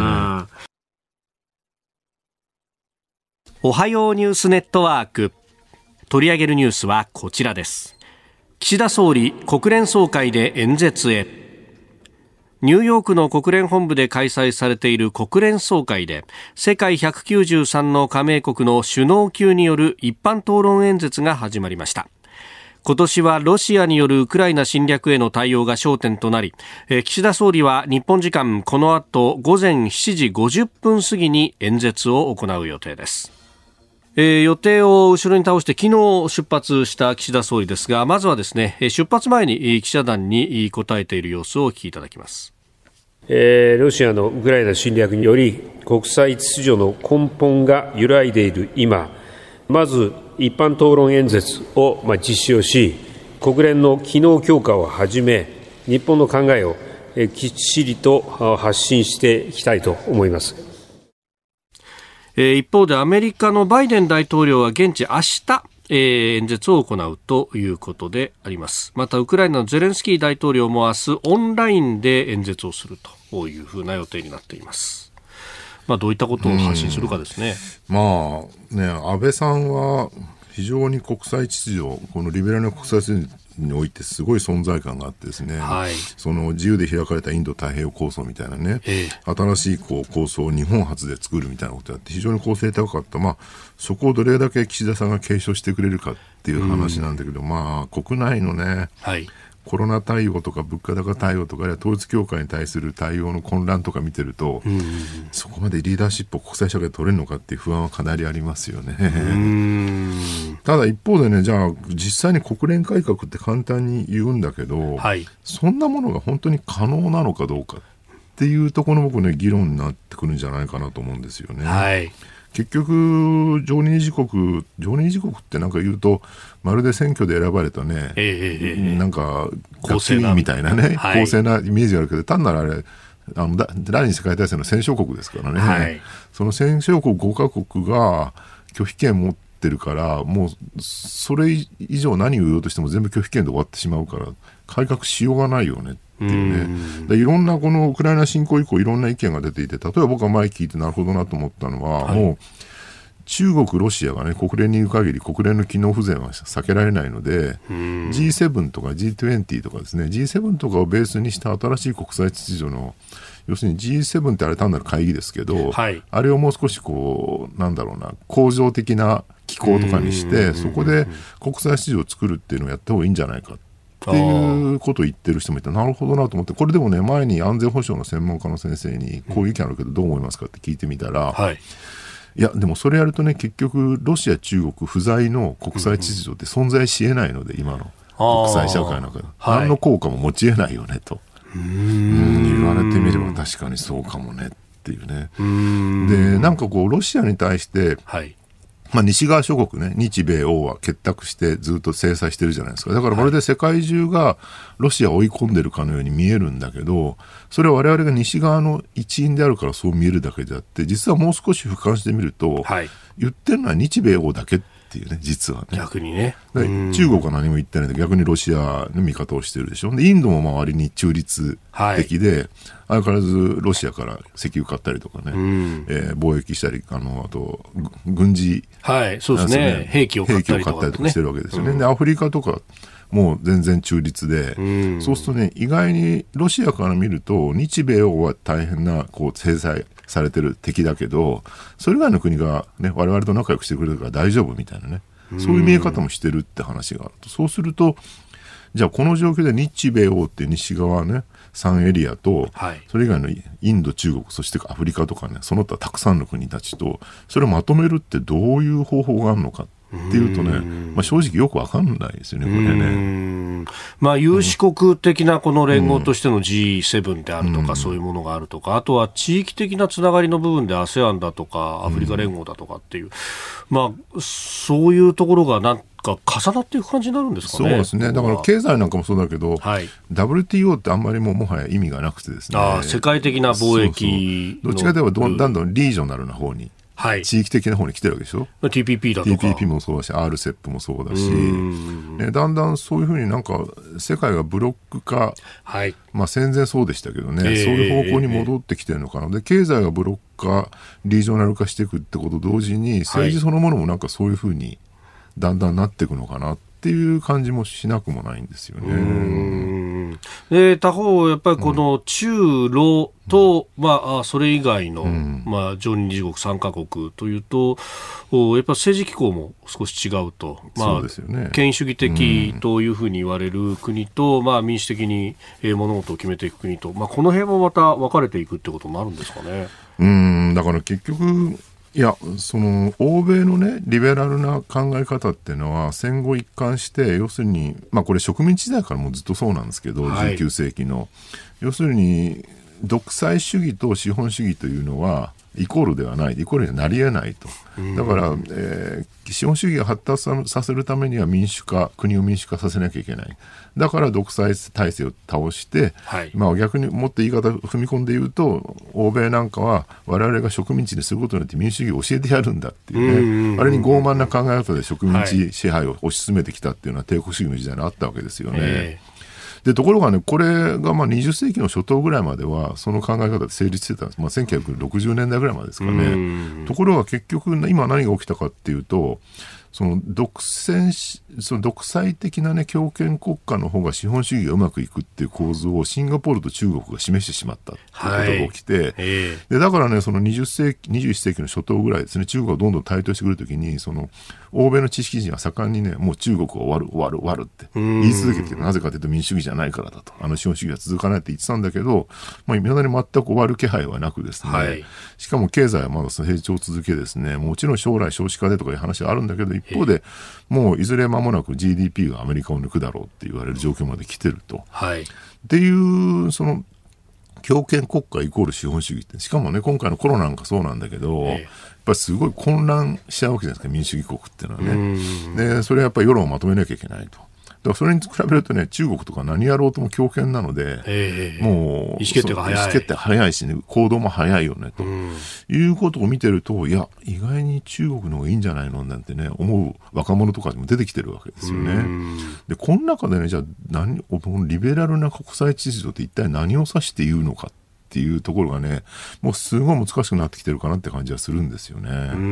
おはようニュースネットワーク、取り上げるニュースはこちらです。岸田総理国連総会で演説へ。ニューヨークの国連本部で開催されている国連総会で世界ひゃくきゅうじゅうさんの加盟国の首脳級による一般討論演説が始まりました。今年はロシアによるウクライナ侵略への対応が焦点となり、岸田総理は日本時間この後午前しちじごじゅっぷん過ぎに演説を行う予定です。えー、予定を後ろに倒して昨日出発した岸田総理ですが、まずはですね出発前に記者団に答えている様子をお聞きいただきます。 えー、ロシアのウクライナ侵略により国際秩序の根本が揺らいでいる今、まず一般討論演説を実施をし、国連の機能強化をはじめ日本の考えをきっちりと発信していきたいと思います。 一方でアメリカのバイデン大統領は現地明日、えー、演説を行うということであります。またウクライナのゼレンスキー大統領も明日オンラインで演説をするというふうな予定になっています。まあ、どういったことを発信するかですね。 まあね、安倍さんは非常に国際秩序、このリベラルな国際秩序においてすごい存在感があってですね、はい、その自由で開かれたインド太平洋構想みたいなね、ええ、新しいこう構想を日本初で作るみたいなことをやって非常に構成高かった、まあ、そこをどれだけ岸田さんが継承してくれるかっていう話なんだけど、うん、まあ国内のね、はい、コロナ対応とか物価高対応とか、あるいは統一教会に対する対応の混乱とか見てると、うん、そこまでリーダーシップを国際社会で取れるのかっていう不安はかなりありますよね。うん、ただ一方でね、じゃあ実際に国連改革って簡単に言うんだけど、はい、そんなものが本当に可能なのかどうかっていうところの僕ね議論になってくるんじゃないかなと思うんですよね。はい、結局常任理事国常任理事国ってなんか言うとまるで選挙で選ばれたね、えー、なんか公正なみたいなね、はい、公正なイメージがあるけど、単なるあれあの第二次世界大戦の戦勝国ですからね、はい、その戦勝国ごカ国が拒否権を持ってるから、もうそれ以上何を言おうとしても全部拒否権で終わってしまうから改革しようがないよねっていうね。でいろんなこのウクライナ侵攻以降いろんな意見が出ていて、例えば僕は前聞いてなるほどなと思ったのは、はい、もう中国ロシアがね国連にいる限り国連の機能不全は避けられないので ジーセブン とか ジートゥエンティー とかですね ジーセブン とかをベースにした新しい国際秩序の要するに ジーセブン ってあれ単なる会議ですけど、はい、あれをもう少しこうなんだろうな恒常的な機構とかにしてそこで国際秩序を作るっていうのをやった方がいいんじゃないかっていうことを言ってる人もいてなるほどなと思って、これでもね前に安全保障の専門家の先生にこういう意見あるけどどう思いますかって聞いてみたら、はい、いやでもそれやるとね結局ロシア中国不在の国際秩序って存在し得ないので今の国際社会の中で何の効果も持ち得ないよねと、うーん言われてみれば確かにそうかもねっていうね。うーんでなんかこうロシアに対して、はいまあ、西側諸国ね日米欧は結託してずっと制裁してるじゃないですか。だからこれで世界中がロシアを追い込んでるかのように見えるんだけど、それは我々が西側の一員であるからそう見えるだけであって実はもう少し俯瞰してみると、はい、言ってるのは日米欧だけっていうね実はね逆にね中国は何も言ってないんで逆にロシアの味方をしてるでしょ。でインドもまあ割に中立的で、はい、相変わらずロシアから石油買ったりとかね、うんえー、貿易したりあのあと軍事、 はいそうですね、兵器を買ったりとか、ね、 とかしてるわけですよね、うん、でアフリカとかもう全然中立で、うん、そうするとね意外にロシアから見ると日米欧は大変なこう制裁されてる敵だけどそれ以外の国が、ね、我々と仲良くしてくれるから大丈夫みたいなねそういう見え方もしてるって話があると、そうするとじゃあこの状況で日米欧って西側ねさんエリアと、はい、それ以外のインド中国そしてアフリカとかねその他たくさんの国たちとそれをまとめるってどういう方法があるのかっていうとね、まあ、正直よく分かんないですよねこれね。 うんまあ、有志国的なこの連合としての ジーセブン であるとか、うん、そういうものがあるとかあとは地域的なつながりの部分で アセアン だとかアフリカ連合だとかっていう、うん、まあそういうところがなんか重なっていく感じになるんですかね。 そうですね。だから経済なんかもそうだけど、はい、ダブリューティーオー ってあんまりもうもはや意味がなくてですねあ世界的な貿易のどっちかというとどんどんリージョナルな方にはい、地域的な方に来てるわけでしょ。 ティーピーピー だとかティーピーピー もそうだし アールセップ もそうだしね、だんだんそういうふうになんか世界がブロック化、はいまあ、戦前そうでしたけどね、えー、そういう方向に戻ってきてるのかな。で経済がブロック化リージョナル化していくってことと同時に政治そのものもなんかそういうふうにだんだんなっていくのかなっていう感じもしなくもないんですよね。 うんで他方やっぱりこの中ロと、うんまあ、それ以外の、うんまあ、常任理事国さんカ国というとやっぱ政治機構も少し違うと、まあそうですよね、権威主義的というふうに言われる国と、うんまあ、民主的に物事を決めていく国と、まあ、この辺もまた分かれていくってことになるんですかね。 うんだから結局いやその欧米のねリベラルな考え方っていうのは戦後一貫して要するに、まあ、これ植民地時代からもうずっとそうなんですけど、はい、じゅうきゅう世紀の要するに独裁主義と資本主義というのはイコールではないイコールにはなり得ないと。だから、えー、資本主義が発達させるためには民主化国を民主化させなきゃいけない。だから独裁体制を倒して、はいまあ、逆にもっと言い方踏み込んで言うと欧米なんかは我々が植民地にすることによって民主主義を教えてやるんだっていうね、あれに傲慢な考え方で植民地支配を推し進めてきたっていうのは帝国主義の時代にあったわけですよね、えーでところがねこれがまあにじゅっ世紀の初頭ぐらいまではその考え方で成立してたんです、まあ、せんきゅうひゃくろくじゅうねんだいぐらいまでですかね。ところが結局今何が起きたかっていうとその独占しその独裁的な、ね、強権国家の方が資本主義がうまくいくっていう構図をシンガポールと中国が示してしまったっていうことが起きて、はいえー、でだからねそのにじゅっ世紀にじゅういっ世紀の初頭ぐらいですね中国がどんどん台頭してくるときにその欧米の知識人は盛んにねもう中国は終わる終わる終わるって言い続けてなぜかというと民主主義じゃないからだとあの資本主義は続かないって言ってたんだけど、まあ、未だに全く終わる気配はなくですね、はい、しかも経済はまだ成長を続けですねもちろん将来少子化でとかいう話はあるんだけど一方でもういずれ間もなく ジーディーピー がアメリカを抜くだろうって言われる状況まで来てると、はい、っていうその強権国家イコール資本主義ってしかもね今回のコロナなんかそうなんだけど、ええ、やっぱりすごい混乱しちゃうわけじゃないですか民主主義国っていうのはね。でそれはやっぱり世論をまとめなきゃいけないと。だからそれに比べるとね中国とか何やろうとも強権なので、えー、もう意思決定が早い意思決定早いしね行動も早いよねということを見てるといや意外に中国の方がいいんじゃないのなんてね思う若者とかにも出てきてるわけですよね。でこの中でねじゃあ何リベラルな国際秩序って一体何を指して言うのかっっていうところがね、もうすごい難しくなってきてるかなって感じはするんですよね。うーん、 うん、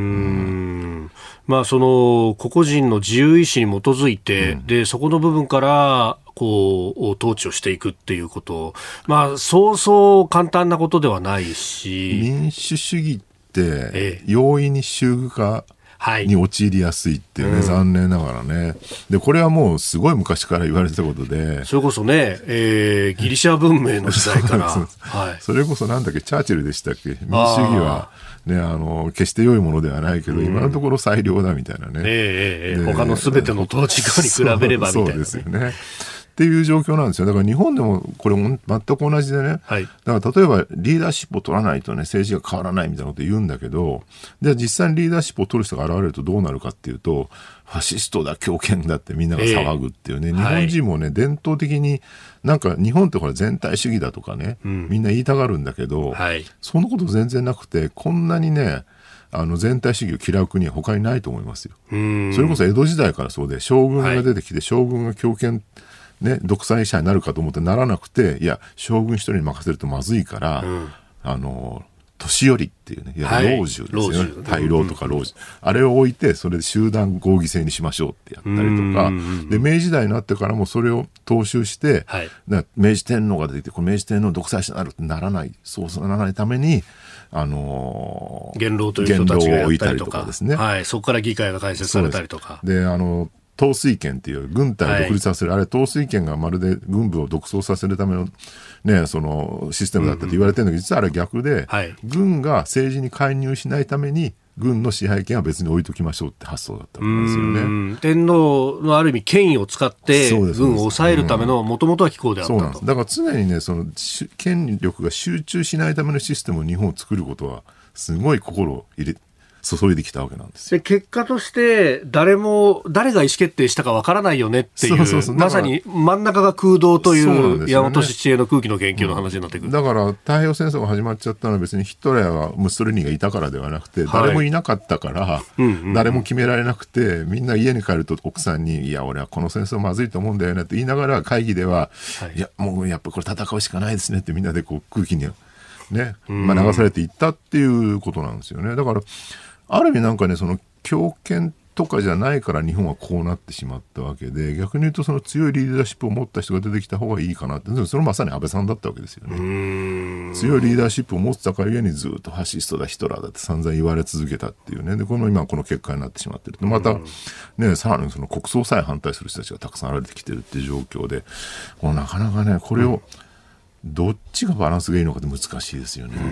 まあ、その個々人の自由意志に基づいて、うん、でそこの部分からこう統治をしていくっていうこと、まあ、そうそう簡単なことではないし、 民主主義って容易に宗具化に陥りやすいっていうね、はい、残念ながらね。でこれはもうすごい昔から言われてたことで、 それこそね、えー、ギリシャ文明の時代からそうそう、はい、それこそなんだっけチャーチルでしたっけ、民主主義はね、あの決して良いものではないけど、うん、今のところ最良だみたいなね、 えーえー、他のすべての統治下に比べればみたいな、ね、 そうですよねっていう状況なんですよ。だから日本でもこれも全く同じでね、はい、だから例えばリーダーシップを取らないとね政治が変わらないみたいなこと言うんだけど、で実際にリーダーシップを取る人が現れるとどうなるかっていうと、ファシストだ強権だってみんなが騒ぐっていうね、えー、日本人もね、はい、伝統的になんか日本ってほら全体主義だとかね、うん、みんな言いたがるんだけど、はい、そんなこと全然なくて、こんなにねあの全体主義を嫌う国は他にないと思いますよ。うん、それこそ江戸時代からそうで、将軍が出てきて、はい、将軍が強権ね、独裁者になるかと思ってならなくて、いや将軍一人に任せるとまずいから、うん、あの年寄りっていうね、いや老中ですよね、はい、大老とか老中、うん、あれを置いてそれで集団合議制にしましょうってやったりとかで、明治時代になってからもそれを踏襲して、はい、明治天皇が出てきて、これ明治天皇独裁者になるってならない、そうならないためにあのー、 元老という人たちがやったりとか、 元老を置いたりとかですね、 はい、そこから議会が開設されたりとかで、あの統帥権っていう軍隊を独立させる、はい、あれ統帥権がまるで軍部を独走させるための、ね、そのシステムだったと言われてるんだけど、うんうん、実はあれは逆で、はい、軍が政治に介入しないために軍の支配権は別に置いときましょうって発想だったんですよね。 天皇のある意味権威を使って軍を抑えるためのもともとは機構であったと。 そうなんです。だから常にね、その権力が集中しないためのシステムを日本を作ることはすごい心を入れ注いできたわけなんですよ。 で結果として誰も誰が意思決定したかわからないよねっていう、そうそうそう、まさに真ん中が空洞という大和七英の空気の研究の話になってくる、うん、 だから太平洋戦争が始まっちゃったのは別にヒトラーはムッソリーニがいたからではなくて、誰もいなかったから、はい、誰も決められなくて、みんな家に帰ると奥さんにいや俺はこの戦争まずいと思うんだよねって言いながら会議では、はい、いやもうやっぱこれ戦うしかないですねってみんなでこう空気に、ね、まあ、流されていったっていうことなんですよね。だからある意味なんかね、その強権とかじゃないから日本はこうなってしまったわけで、逆に言うとその強いリーダーシップを持った人が出てきた方がいいかなって、でもそれまさに安倍さんだったわけですよね。うーん、強いリーダーシップを持ってたからゆえにずっとファシストだヒトラーだって散々言われ続けたっていうね。でこの今この結果になってしまってる。またね、さらにその国葬さえ反対する人たちがたくさん現れてきてるっていう状況で、こうなかなかねこれをどっちがバランスがいいのかって難しいですよね。うん、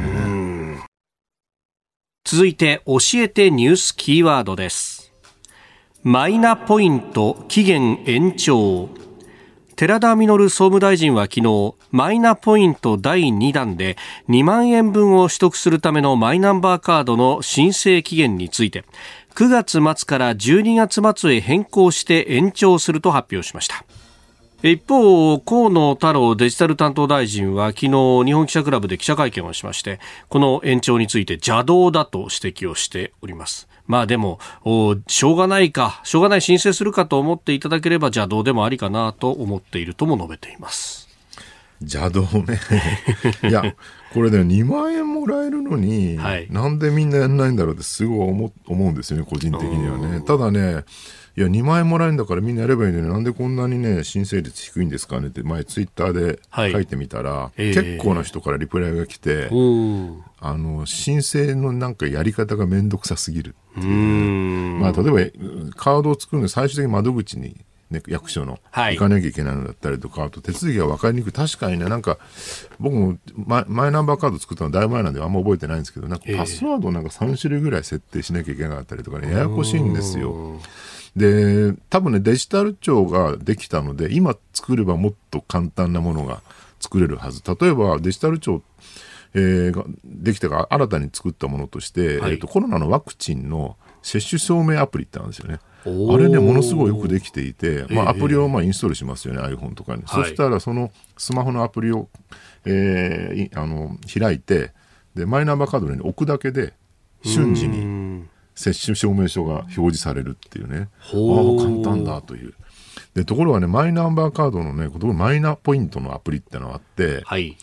続いて教えてニュースキーワードです。マイナポイント期限延長。寺田稔総務大臣は昨日、マイナポイントだいに弾でにまんえん分を取得するためのマイナンバーカードの申請期限についてくがつ末からじゅうにがつ末へ変更して延長すると発表しました。一方、河野太郎デジタル担当大臣は昨日日本記者クラブで記者会見をしまして、この延長について邪道だと指摘をしております。まあでもしょうがないかしょうがない申請するかと思っていただければ邪道でもありかなと思っているとも述べています。 邪道ねいやこれでにまんえんもらえるのに、はい、なんでみんなやんないんだろうってすごい 思, 思うんですよね、個人的にはね。ただね、いやにまんえんもらえるんだからみんなやればいいのに、なんでこんなにね申請率低いんですかねって前ツイッターで書いてみたら、はい、結構な人からリプライが来て、えー、あの申請のなんかやり方がめんどくさすぎるっていう、ね、まあ、例えばカードを作るのに最終的に窓口に、ね、役所の行かなきゃいけないのだったりとか、はい、あと手続きが分かりにくい。確かにね、なんか僕もマイ、マイナンバーカード作ったのだいぶ前なんであんま覚えてないんですけど、なんかパスワードをなんかさん種類ぐらい設定しなきゃいけなかったりとかね、ややこしいんですよ。で多分ねデジタル庁ができたので今作ればもっと簡単なものが作れるはず。例えばデジタル庁、えー、ができてから新たに作ったものとして、はい、えーと、コロナのワクチンの接種証明アプリってあるんですよね。あれねものすごいよくできていて、まあ、アプリをまあインストールしますよね、iPhone とかに、はい、そしたらそのスマホのアプリを、えー、あの開いてでマイナンバーカードに置くだけで瞬時に接種証明書が表示されるっていうね。ああ簡単だという。でところがねマイナンバーカードのねマイナポイントのアプリってのがあって、はい、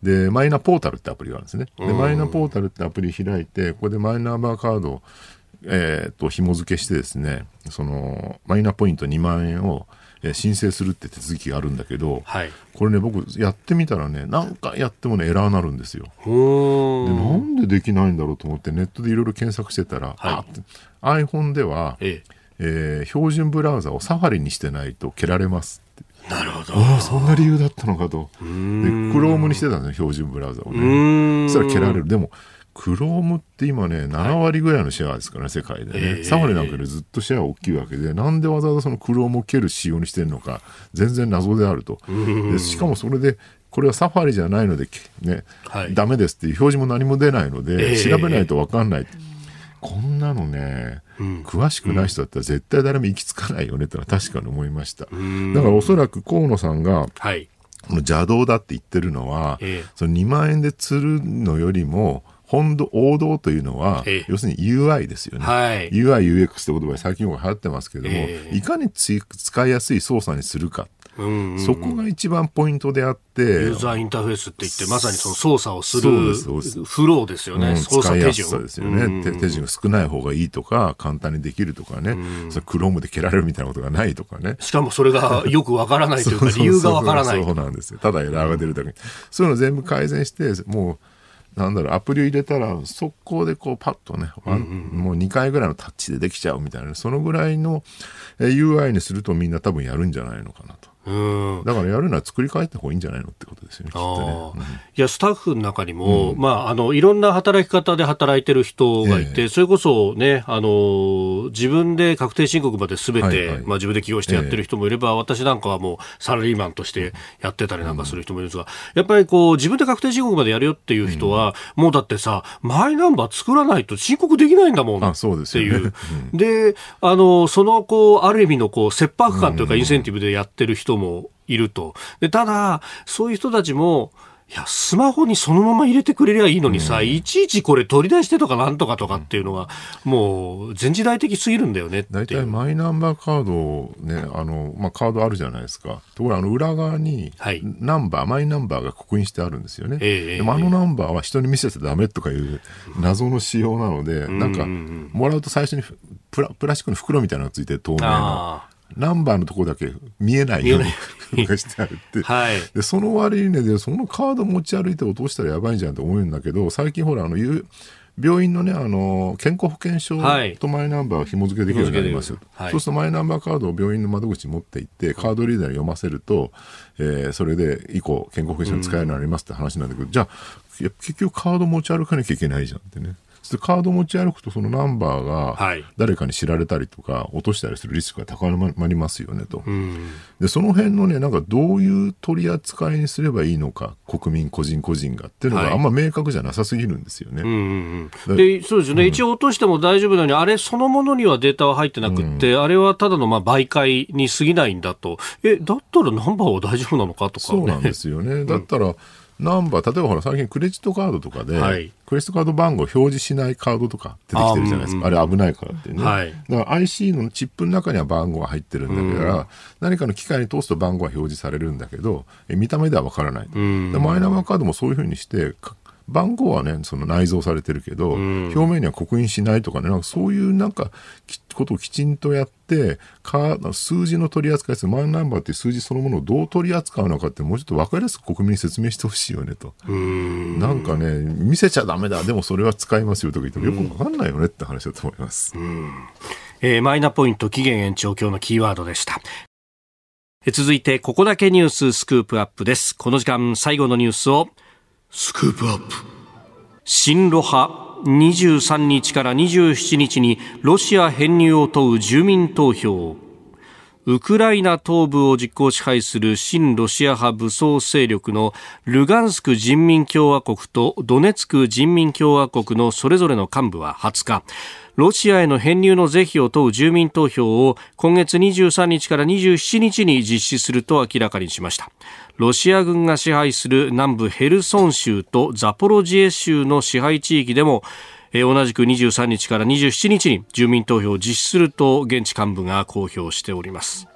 でマイナポータルってアプリがあるんですね。でマイナポータルってアプリ開いて、ここでマイナンバーカードを、えー、と紐付けしてですね、そのマイナポイントにまんえんを申請するって手続きがあるんだけど、はい、これね僕やってみたらね、何回やってもねエラーになるんですよ。でなんでできないんだろうと思ってネットでいろいろ検索してたら、はい、iPhone では、えええー、標準ブラウザをサファリにしてないと蹴られますって。なるほど。ああそんな理由だったのかと。で Chrome にしてたんですよ、標準ブラウザをね。そしたら蹴られる。でもChrome って今ねななわりぐらいのシェアですからね、世界でね、えー、サファリなんかでずっとシェア大きいわけで、なんでわざわざその Chrome を蹴る仕様にしてるのか全然謎であると。でしかもそれでこれはサファリじゃないので、ねはい、ダメですっていう表示も何も出ないので、えー、調べないと分かんない、こんなのね、うん、詳しくない人だったら絶対誰も行き着かないよねってのは確かに思いました。だからおそらく河野さんが、はい、この邪道だって言ってるのは、えー、そのにまんえんで釣るのよりも本当王道というのは、えー、要するに ユーアイ ですよね、はい、ユーアイ、ユーエックス って言葉で最近流行ってますけども、えー、いかにつ使いやすい操作にするか、うんうんうん、そこが一番ポイントであって、 ユーザーインターフェースって言ってまさにその操作をするフローですよね、うん、操作手順、使いやすさですよね、うんうん、手順が少ない方がいいとか簡単にできるとかね、うん、それ Chrome で蹴られるみたいなことがないとかね、 しかもそれがよくわからないというか理由がわからない。 そうなんですよ、ただエラーが出るだけ、うん、そういうの全部改善してもうなんだろう、アプリを入れたら速攻でこうパッとね、うんうん、もうにかいぐらいのタッチでできちゃうみたいな、そのぐらいの ユーアイ にするとみんな多分やるんじゃないのかなと。うんだからやるなら作り変えた方がいいんじゃないのってことですよね、きっとね、うん、いやスタッフの中にも、うんまあ、あのいろんな働き方で働いてる人がいて、えー、それこそ、ね、あの自分で確定申告まで全て、はいはいまあ、自分で起業してやってる人もいれば、えー、私なんかはもうサラリーマンとしてやってたりなんかする人もいるんですが、うん、やっぱりこう自分で確定申告までやるよっていう人は、うん、もうだってさマイナンバー作らないと申告できないんだもんっていう。 そうですよね、 うん、であのそのこうある意味のこう切迫感というかインセンティブでやってる人もいると。でただそういう人たちもいやスマホにそのまま入れてくれりゃいいのにさ、うん、いちいちこれ取り出してとかなんとかとかっていうのがもう前時代的すぎるんだよねっていう。 大体マイナンバーカードをねあの、まあ、カードあるじゃないですか。ところがあの裏側にナンバー、はい、マイナンバーが刻印してあるんですよね、えー、でもあのナンバーは人に見せてダメとかいう謎の仕様なので、うん、なんかもらうと最初にプラ、プラスチックの袋みたいなのがついて透明なナンバーのところだけ見えないようにしてあるって、はい、でその割にねでそのカード持ち歩いて落としたらやばいんじゃんと思うんだけど、最近ほらあの病院のねあの健康保険証とマイナンバーを紐付けできるようになりますよ、はい、そうするとマイナンバーカードを病院の窓口に持って行ってカードリーダーに読ませると、えー、それで以降健康保険証使えるようになりますって話なんだけど、うん、じゃあ結局カード持ち歩かなきゃいけないじゃんってね。カード持ち歩くとそのナンバーが誰かに知られたりとか落としたりするリスクが高まりますよねと、うん、でその辺のねなんかどういう取り扱いにすればいいのか国民個人個人がっていうのがあんま明確じゃなさすぎるんですよね、はいうんうん、でそうですね、うん、一応落としても大丈夫なのにあれそのものにはデータは入ってなくって、うん、あれはただのまあ媒介に過ぎないんだと。えだったらナンバーは大丈夫なのかとか、ね、 そうなんですよね。だったら、うんナンバー例えばほら最近クレジットカードとかで、はい、クレジットカード番号を表示しないカードとか出てきてるじゃないですか。 あ,、うんうん、あれ危ないからってね、はい、だから アイシー のチップの中には番号が入ってるんだから、うん、何かの機械に通すと番号は表示されるんだけどえ見た目では分からない、うん、でマイナンバーカードもそういうふうにして番号はねその内蔵されてるけど、うん、表面には刻印しないとかねなんかそういうなんかことをきちんとやってか数字の取り扱いするマイナンバーっていう数字そのものをどう取り扱うのかってもうちょっと分かりやすく国民に説明してほしいよねと。うんなんかね見せちゃダメだでもそれは使いますよとか言ってもよく分かんないよねって話だと思います。うんえー、マイナポイント期限延長今日のキーワードでした。続いてここだけニューススクープアップです。この時間最後のニュースをスクープアップ。親ロ派にじゅうさんにちからにじゅうしちにちにロシア編入を問う住民投票。ウクライナ東部を実効支配する親ロシア派武装勢力のルガンスク人民共和国とドネツク人民共和国のそれぞれの幹部ははつかロシアへの編入の是非を問う住民投票を今月にじゅうさんにちからにじゅうしちにちに実施すると明らかにしました。ロシア軍が支配する南部ヘルソン州とザポロジエ州の支配地域でも同じくにじゅうさんにちからにじゅうしちにちに住民投票を実施すると現地幹部が公表しております。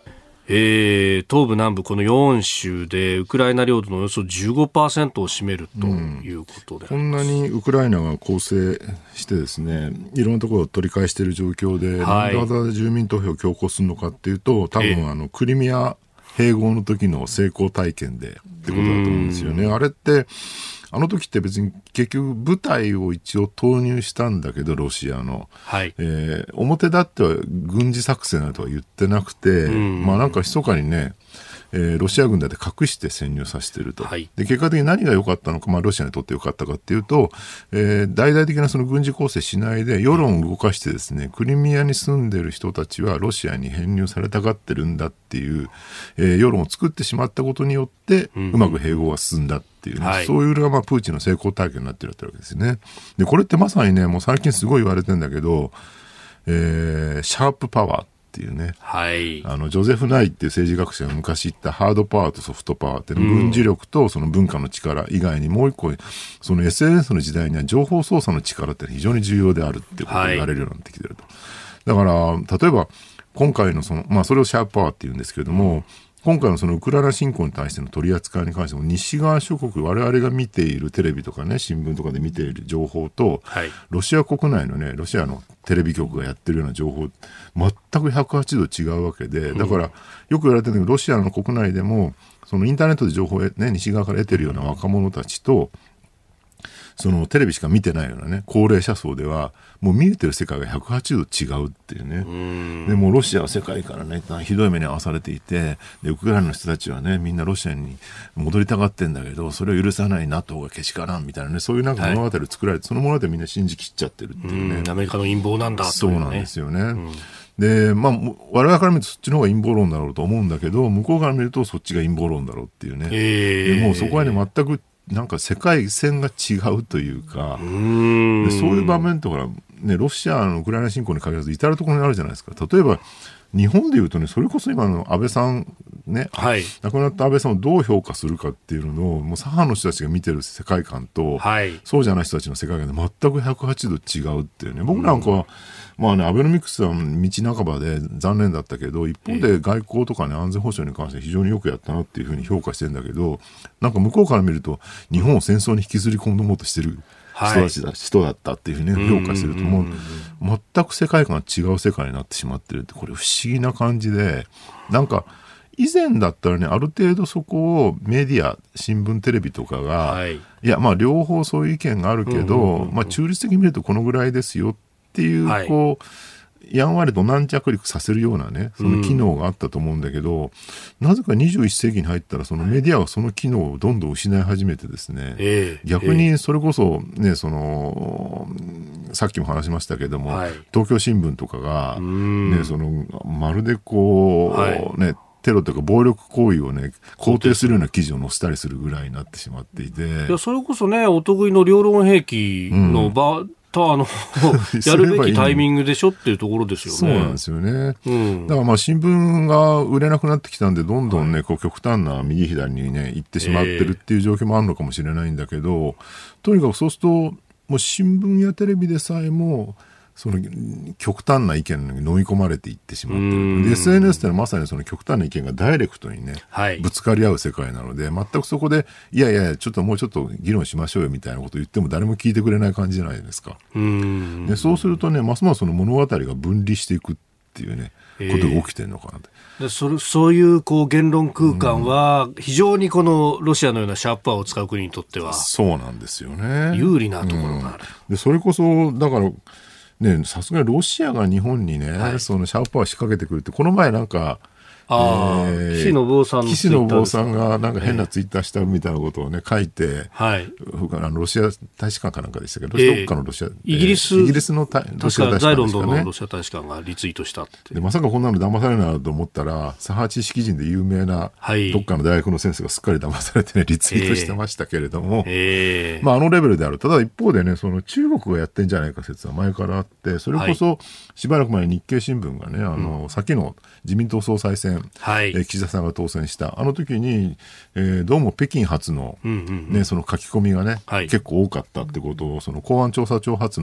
えー、東部南部このよん州でウクライナ領土のおよそ じゅうごパーセント を占めるということで、 うん、こんなにウクライナが攻勢してですね、いろんなところを取り返している状況で、はい、なんでわざわざ住民投票を強行するのかっていうと、多分あのクリミア併合の時の成功体験でってことだと思うんですよね。あれってあの時って別に結局部隊を一応投入したんだけど、ロシアの、はいえー、表立っては軍事作戦などとは言ってなくて、まあなんか密かにね、えー、ロシア軍だって隠して潜入させていると、はい、で結果的に何が良かったのか、まあ、ロシアにとって良かったかっていうと、えー、大々的なその軍事攻勢しないで世論を動かしてですね、クリミアに住んでいる人たちはロシアに編入されたがってるんだっていう、えー、世論を作ってしまったことによって、うん、うまく併合が進んだっていう、ねはい、そういうのがまあプーチンの成功体験になってるわけですね。でこれってまさにね、もう最近すごい言われてるんだけど、えー、シャープパワーっていうね、はい、あのジョゼフ・ナイっていう政治学者が昔言ったハードパワーとソフトパワーって、うん、軍事力とその文化の力以外にもう一個、その エスエヌエス の時代には情報操作の力って非常に重要であるっていうことを言われるようになってきてると、はい、だから例えば今回のその、まあ、それをシャープパワーって言うんですけれども、今回のそのウクライナ侵攻に対しての取り扱いに関しても、西側諸国、我々が見ているテレビとかね、新聞とかで見ている情報と、はい、ロシア国内のね、ロシアのテレビ局がやってるような情報、全くひゃくはちど違うわけで、だからよく言われてるんだけど、ロシアの国内でもそのインターネットで情報を、ね、西側から得てるような若者たちと、そのテレビしか見てないようなね、高齢者層ではもう見えてる世界がひゃくはちど違うっていうね。うんでもロシアは世界からね、ひどい目に遭わされていて、でウクライナの人たちはね、みんなロシアに戻りたがってんだけど、それを許さない ナトー がけしからんみたいなね、そういうなんか物語を作られて、はい、その物語みんな信じきっちゃってるっていうね。 うんアメリカの陰謀なんだというね。 そうなんですよね。うんでまあ、我々から見るとそっちの方が陰謀論だろうと思うんだけど、向こうから見るとそっちが陰謀論だろうっていうね。えー、でもうそこはね、全くなんか世界線が違うというか、うーんでそういう場面とか、ね、ロシアのウクライナ侵攻に限らず至るところにあるじゃないですか。例えば日本でいうとね、それこそ今の安倍さんね、はい、亡くなった安倍さんをどう評価するかっていうのを、もう左派の人たちが見てる世界観と、はい、そうじゃない人たちの世界観で全くひゃくはちど違うっていうね。僕なんかは、まあね、アベノミクスは道半ばで残念だったけど、一方で外交とかね、安全保障に関して非常によくやったなっていうふうに評価してるんだけど、なんか向こうから見ると日本を戦争に引きずり込もうとしてる人たちだ、はい、人だったっていうふうに、ね、評価してると、もう全く世界観が違う世界になってしまってるって、これ不思議な感じで、なんか以前だったらね、ある程度そこをメディア、新聞、テレビとかが、はい、いやまあ両方そういう意見があるけど、まあ中立的に見るとこのぐらいですよっていう、はい、こうやんわりと軟着陸させるようなね、その機能があったと思うんだけど、うん、なぜかにじゅういっ世紀に入ったらそのメディアがその機能をどんどん失い始めてですね、えー、逆にそれこそね、そのさっきも話しましたけども、はい、東京新聞とかが、ね、そのまるでこう、はいね、テロとか暴力行為をね肯定するような記事を載せたりするぐらいになってしまっていて、いやそれこそね、お得意の両論兵器の場、うんあのやるべきタイミングでしょっていうところですよね。 そうなんですよね、うん、だからまあ新聞が売れなくなってきたんで、どんどんね、こう極端な右左にね行ってしまってるっていう状況もあるのかもしれないんだけど、えー、とにかくそうするともう新聞やテレビでさえもその極端な意見に飲み込まれていってしまってる。で エスエヌエス ってのはまさにその極端な意見がダイレクトにね、はい、ぶつかり合う世界なので、全くそこでいやいやちょっともうちょっと議論しましょうよみたいなことを言っても誰も聞いてくれない感じじゃないですか。うーんでそうするとね、ますますその物語が分離していくっていうね、ことが起きてるのかなと。 でそれそういうこう言論空間は非常にこのロシアのようなシャープパワーを使う国にとってはそうなんですよね、 有利なところがある。 うん、でそれこそだからね、さすがにロシアが日本にね、はい、そのシャープパワー仕掛けてくるって、この前なんか、 あえー、岸信夫さんの岸信夫さんがなんか変なツイッターしたみたいなことをね、書いて、はい、あのロシア大使館かなんかでしたけど、えー、どっかのロシア、 イギリス、 えー、イギリスのロシア大使館ですかね。ザイロンドのロシア大使館がリツイートしたって。 でまさかこんなの騙されないと思ったら、サハ知識人で有名な、はい、どっかの大学の先生がすっかり騙されてね、リツイートしてましたけれども、えーまあ、あのレベルである。ただ一方でね、その中国がやってんじゃないか説は前からあって、それこそしばらく前に日経新聞がね、あの、うん、先の自民党総裁選、はいえー岸田さんが当選したあの時に、えー、どうも北京発の、ねうんうんうん、その書き込みがね、はい、結構多かったってことをその公安調査庁発の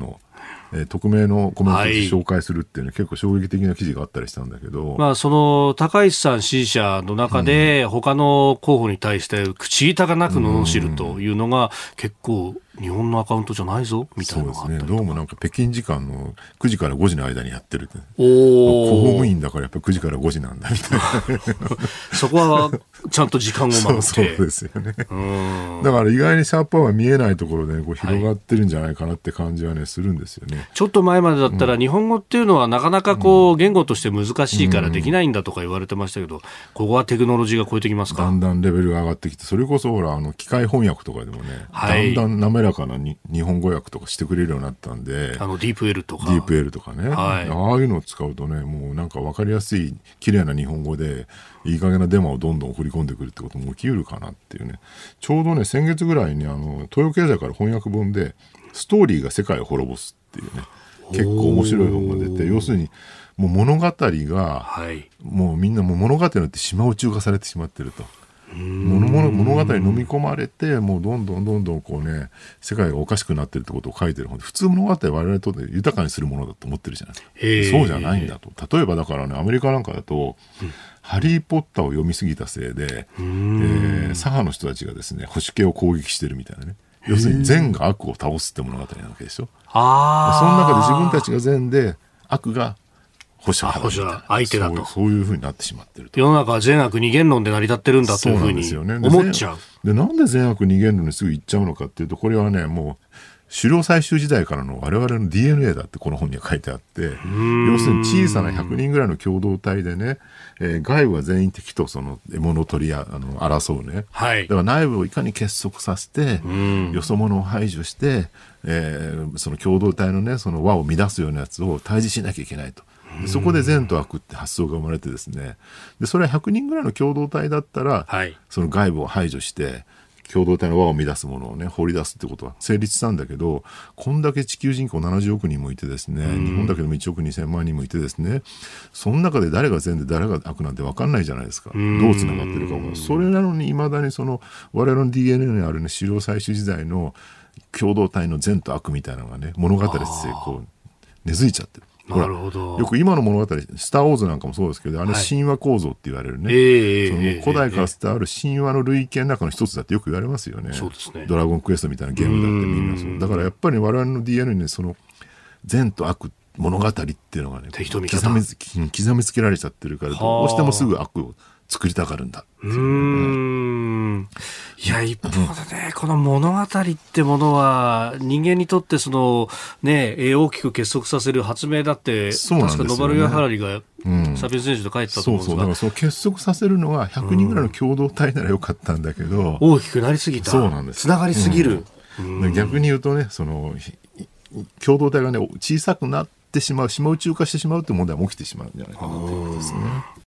えー、匿名のコメントで紹介するっていうのは、はい、結構衝撃的な記事があったりしたんだけど、 まあ、その高市さん支持者の中で、うん、他の候補に対して口板がなく罵るというのが結構日本のアカウントじゃないぞみたいなのがあったりとか。そうですね、どうもなんか北京時間のくじからごじの間にやってるって、お公務員だからやっぱりくじからごじなんだみたいなそこはちゃんと時間を守ってそうそうですよね。だから意外にシャープパワーは見えないところで、ね、こう広がってるんじゃないかなって感じは、ね、するんですよね。 ちょっと前までだったら、うん、日本語っていうのはなかなかこう、うん、言語として難しいからできないんだとか言われてましたけど、ここはテクノロジーが超えてきますか。 だんだんレベルが上がってきて、それこそほらあの機械翻訳とかでもね、はい、だんだん滑らかなに日本語訳とかしてくれるようになったんで、 あのディープ L とかディープ L とかね、はい、ああいうのを使うとね、もうなんか分かりやすい綺麗な日本語でいい加減なデマをどんどん送り込んでくるってことも起きうるかなっていうね。ちょうどね先月ぐらいにあの東洋経済から翻訳本でストーリーが世界を滅ぼすっていうね、結構面白い本が出て、要するにもう物語が、はい、もうみんなもう物語によって島宇宙化されてしまってると。物, 物, 物語に飲み込まれて、もうどんどんどんどんこうね世界がおかしくなってるってことを書いてる本で、普通物語は我々にとって豊かにするものだと思ってるじゃないですか。そうじゃないんだと。例えばだからね、アメリカなんかだと、うん、ハリーポッターを読みすぎたせいで、えー、左派の人たちがですね保守系を攻撃してるみたいなね。要するに善が悪を倒すって物語なわけでしょ。あその中で自分たちが善で悪が保守派だみたいな、 相手だと、 そう、そういうふうになってしまってると。 世の中は善悪二元論で成り立ってるんだというふうに思っちゃう。 で、なんで善悪二元論にすぐ行っちゃうのかっていうと、これはねもう狩猟採集時代からの我々の ディーエヌエー だってこの本には書いてあって、要するに小さなひゃくにんぐらいの共同体でね、えー、外部は全員敵とその獲物取りやあの争うね、はい、だから内部をいかに結束させてよそ者を排除して、えー、その共同体のねその輪を乱すようなやつを退治しなきゃいけないと。そこで善と悪って発想が生まれてですね、でそれはひゃくにんぐらいの共同体だったら、はい、その外部を排除して共同体の輪を乱すものをね放り出すってことは成立したんだけど、こんだけ地球人口ななじゅうおくにんもいてですね、日本だけでもいちおくにせんまんにんもいてですね、その中で誰が善で誰が悪なんて分かんないじゃないですか。どうつながってるかも。それなのにいまだにその我々の ディーエヌエー にあるね狩猟採集時代の共同体の善と悪みたいなのがね物語としてこう根付いちゃってる。なるほど。よく今の物語スター・ウォーズなんかもそうですけど、あれ神話構造って言われるね、はい、その古代から伝わる神話の類型の中の一つだってよく言われますよね。そうですね。ドラゴンクエストみたいなゲームだってみんなそうだからやっぱり我々の ディーエヌエー にその善と悪物語っていうのがね刻み、刻みつけられちゃってるから、どうしてもすぐ悪を作りたがるんだっていう、ね、うーんいや一方でね、この物語ってものは人間にとってその、ね、大きく結束させる発明だって、確かノバル・ヤハラリがサピエンス全書で書いてたと思うんですが、そうそう、だからその結束させるのはひゃくにんぐらいの共同体ならよかったんだけど、 大きくなりすぎた、そうなんです、つながりすぎる、 うん、逆に言うとね、その共同体が、ね、小さくなってしまう、島宇宙化してしまうという問題も起きてしまうんじゃないかなということですね。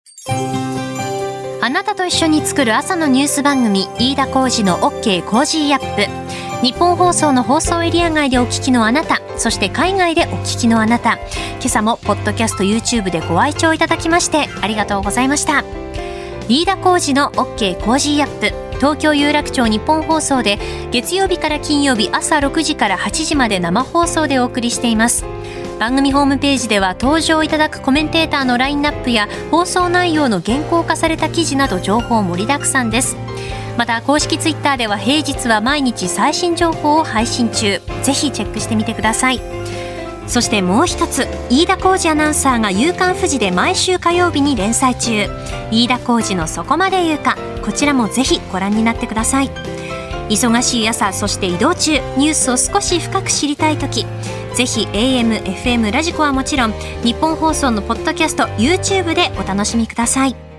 あなたと一緒に作る朝のニュース番組、飯田浩司の OK コージーアップ。日本放送の放送エリア外でお聞きのあなた、そして海外でお聞きのあなた、今朝もポッドキャスト YouTube でご愛聴いただきましてありがとうございました。飯田浩司の OK コージーアップ、東京有楽町日本放送で月曜日から金曜日朝ろくじからはちじまで生放送でお送りしています。番組ホームページでは登場いただくコメンテーターのラインナップや放送内容の原稿化された記事など情報盛りだくさんです。また公式ツイッターでは平日は毎日最新情報を配信中、ぜひチェックしてみてください。そしてもう一つ、飯田浩司アナウンサーが夕刊フジで毎週火曜日に連載中、飯田浩司のそこまで言うか、こちらもぜひご覧になってください。忙しい朝、そして移動中、ニュースを少し深く知りたいとき、ぜひ エーエム、エフエム、ラジコはもちろん日本放送のポッドキャスト YouTube でお楽しみください。